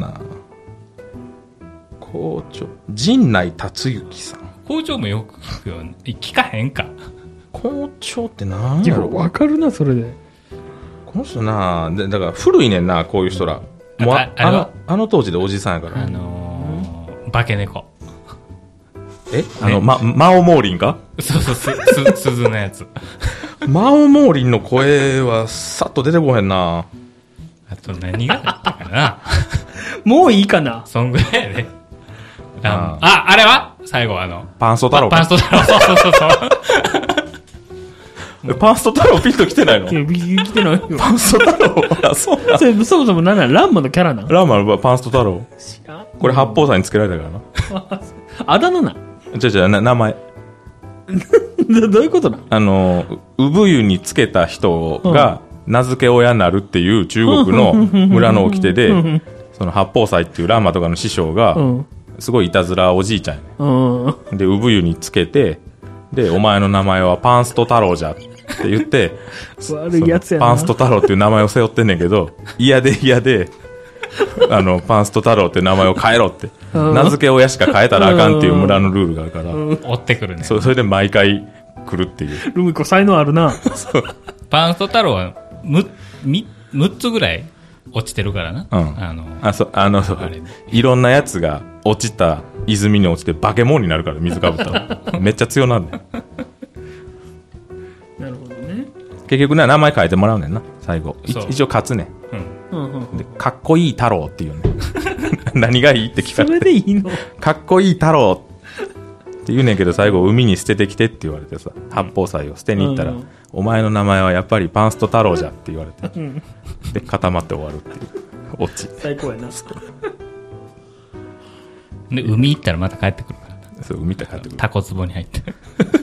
校長、陣内達之さん。 校長もよく聞くよね。聞かへんか。 校長って何やろ？ わかるな、それで。 この人な、だから古いねんな、こういう人ら。もうあの当時でおじさんやから。 化け猫。 マオモーリンか？ そうそう、鈴のやつ。 マオモーリンの声はさっと出てこへんな。 あと何があったかなもういいかな。 そんぐらいやで。あれは最後パンスト太郎。 パンスト太郎。そう。 パンスト太郎ピンと来てないの？ 来てないよ。 パンスト太郎。そうな。 そもそもランマのキャラなの？ ランマのパンスト太郎。これ八宝菜につけられたからな。 あだ名な。 名前。 どういうことな？ 産湯につけた人が名付け親になるっていう中国の村の掟で、その八宝菜っていうランマとかの師匠が、すごいいたずらおじいちゃんやね。で、産湯につけて、で、お前の名前はパンスト太郎じゃって言って、 悪いやつやな。 パンスト太郎っていう名前を背負ってんねんけど、嫌で、パンスト太郎っていう名前を変えろって。名付け親しか変えたらあかんっていう村のルールがあるから。 追ってくるね。 それで毎回来るっていう。 ルミ子才能あるな。 パンスト太郎は6つぐらい落ちてるからな。 うん。いろんなやつが落ちた泉に落ちて化け物になるから、水かぶったら。めっちゃ強なんねん。 なるほどね。 結局ね、名前変えてもらうねんな、最後。一応勝つねん。でかっこいい太郎っていうね。何がいいって聞かれて。 それでいいの？ かっこいい太郎って言うねんけど、最後海に捨ててきてって言われてさ、八宝菜を捨てに行ったら、お前の名前はやっぱりパンスト太郎じゃって言われて、で固まって終わるっていうオチ。 最高やな。 で海行ったらまた帰ってくるからな。 そう、海行ったら帰ってくる。 タコ壺に入って。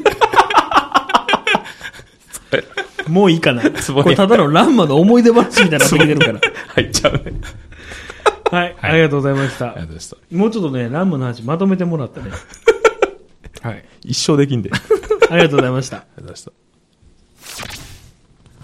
もういいかな。これただのランマの思い出話みたいになってきてるから。 入っちゃうね。 はい、ありがとうございました。 ありがとうございました。 もうちょっとね、ランマの話まとめてもらったね。 はい。一生できんで。 ありがとうございました。 ありがとうございました。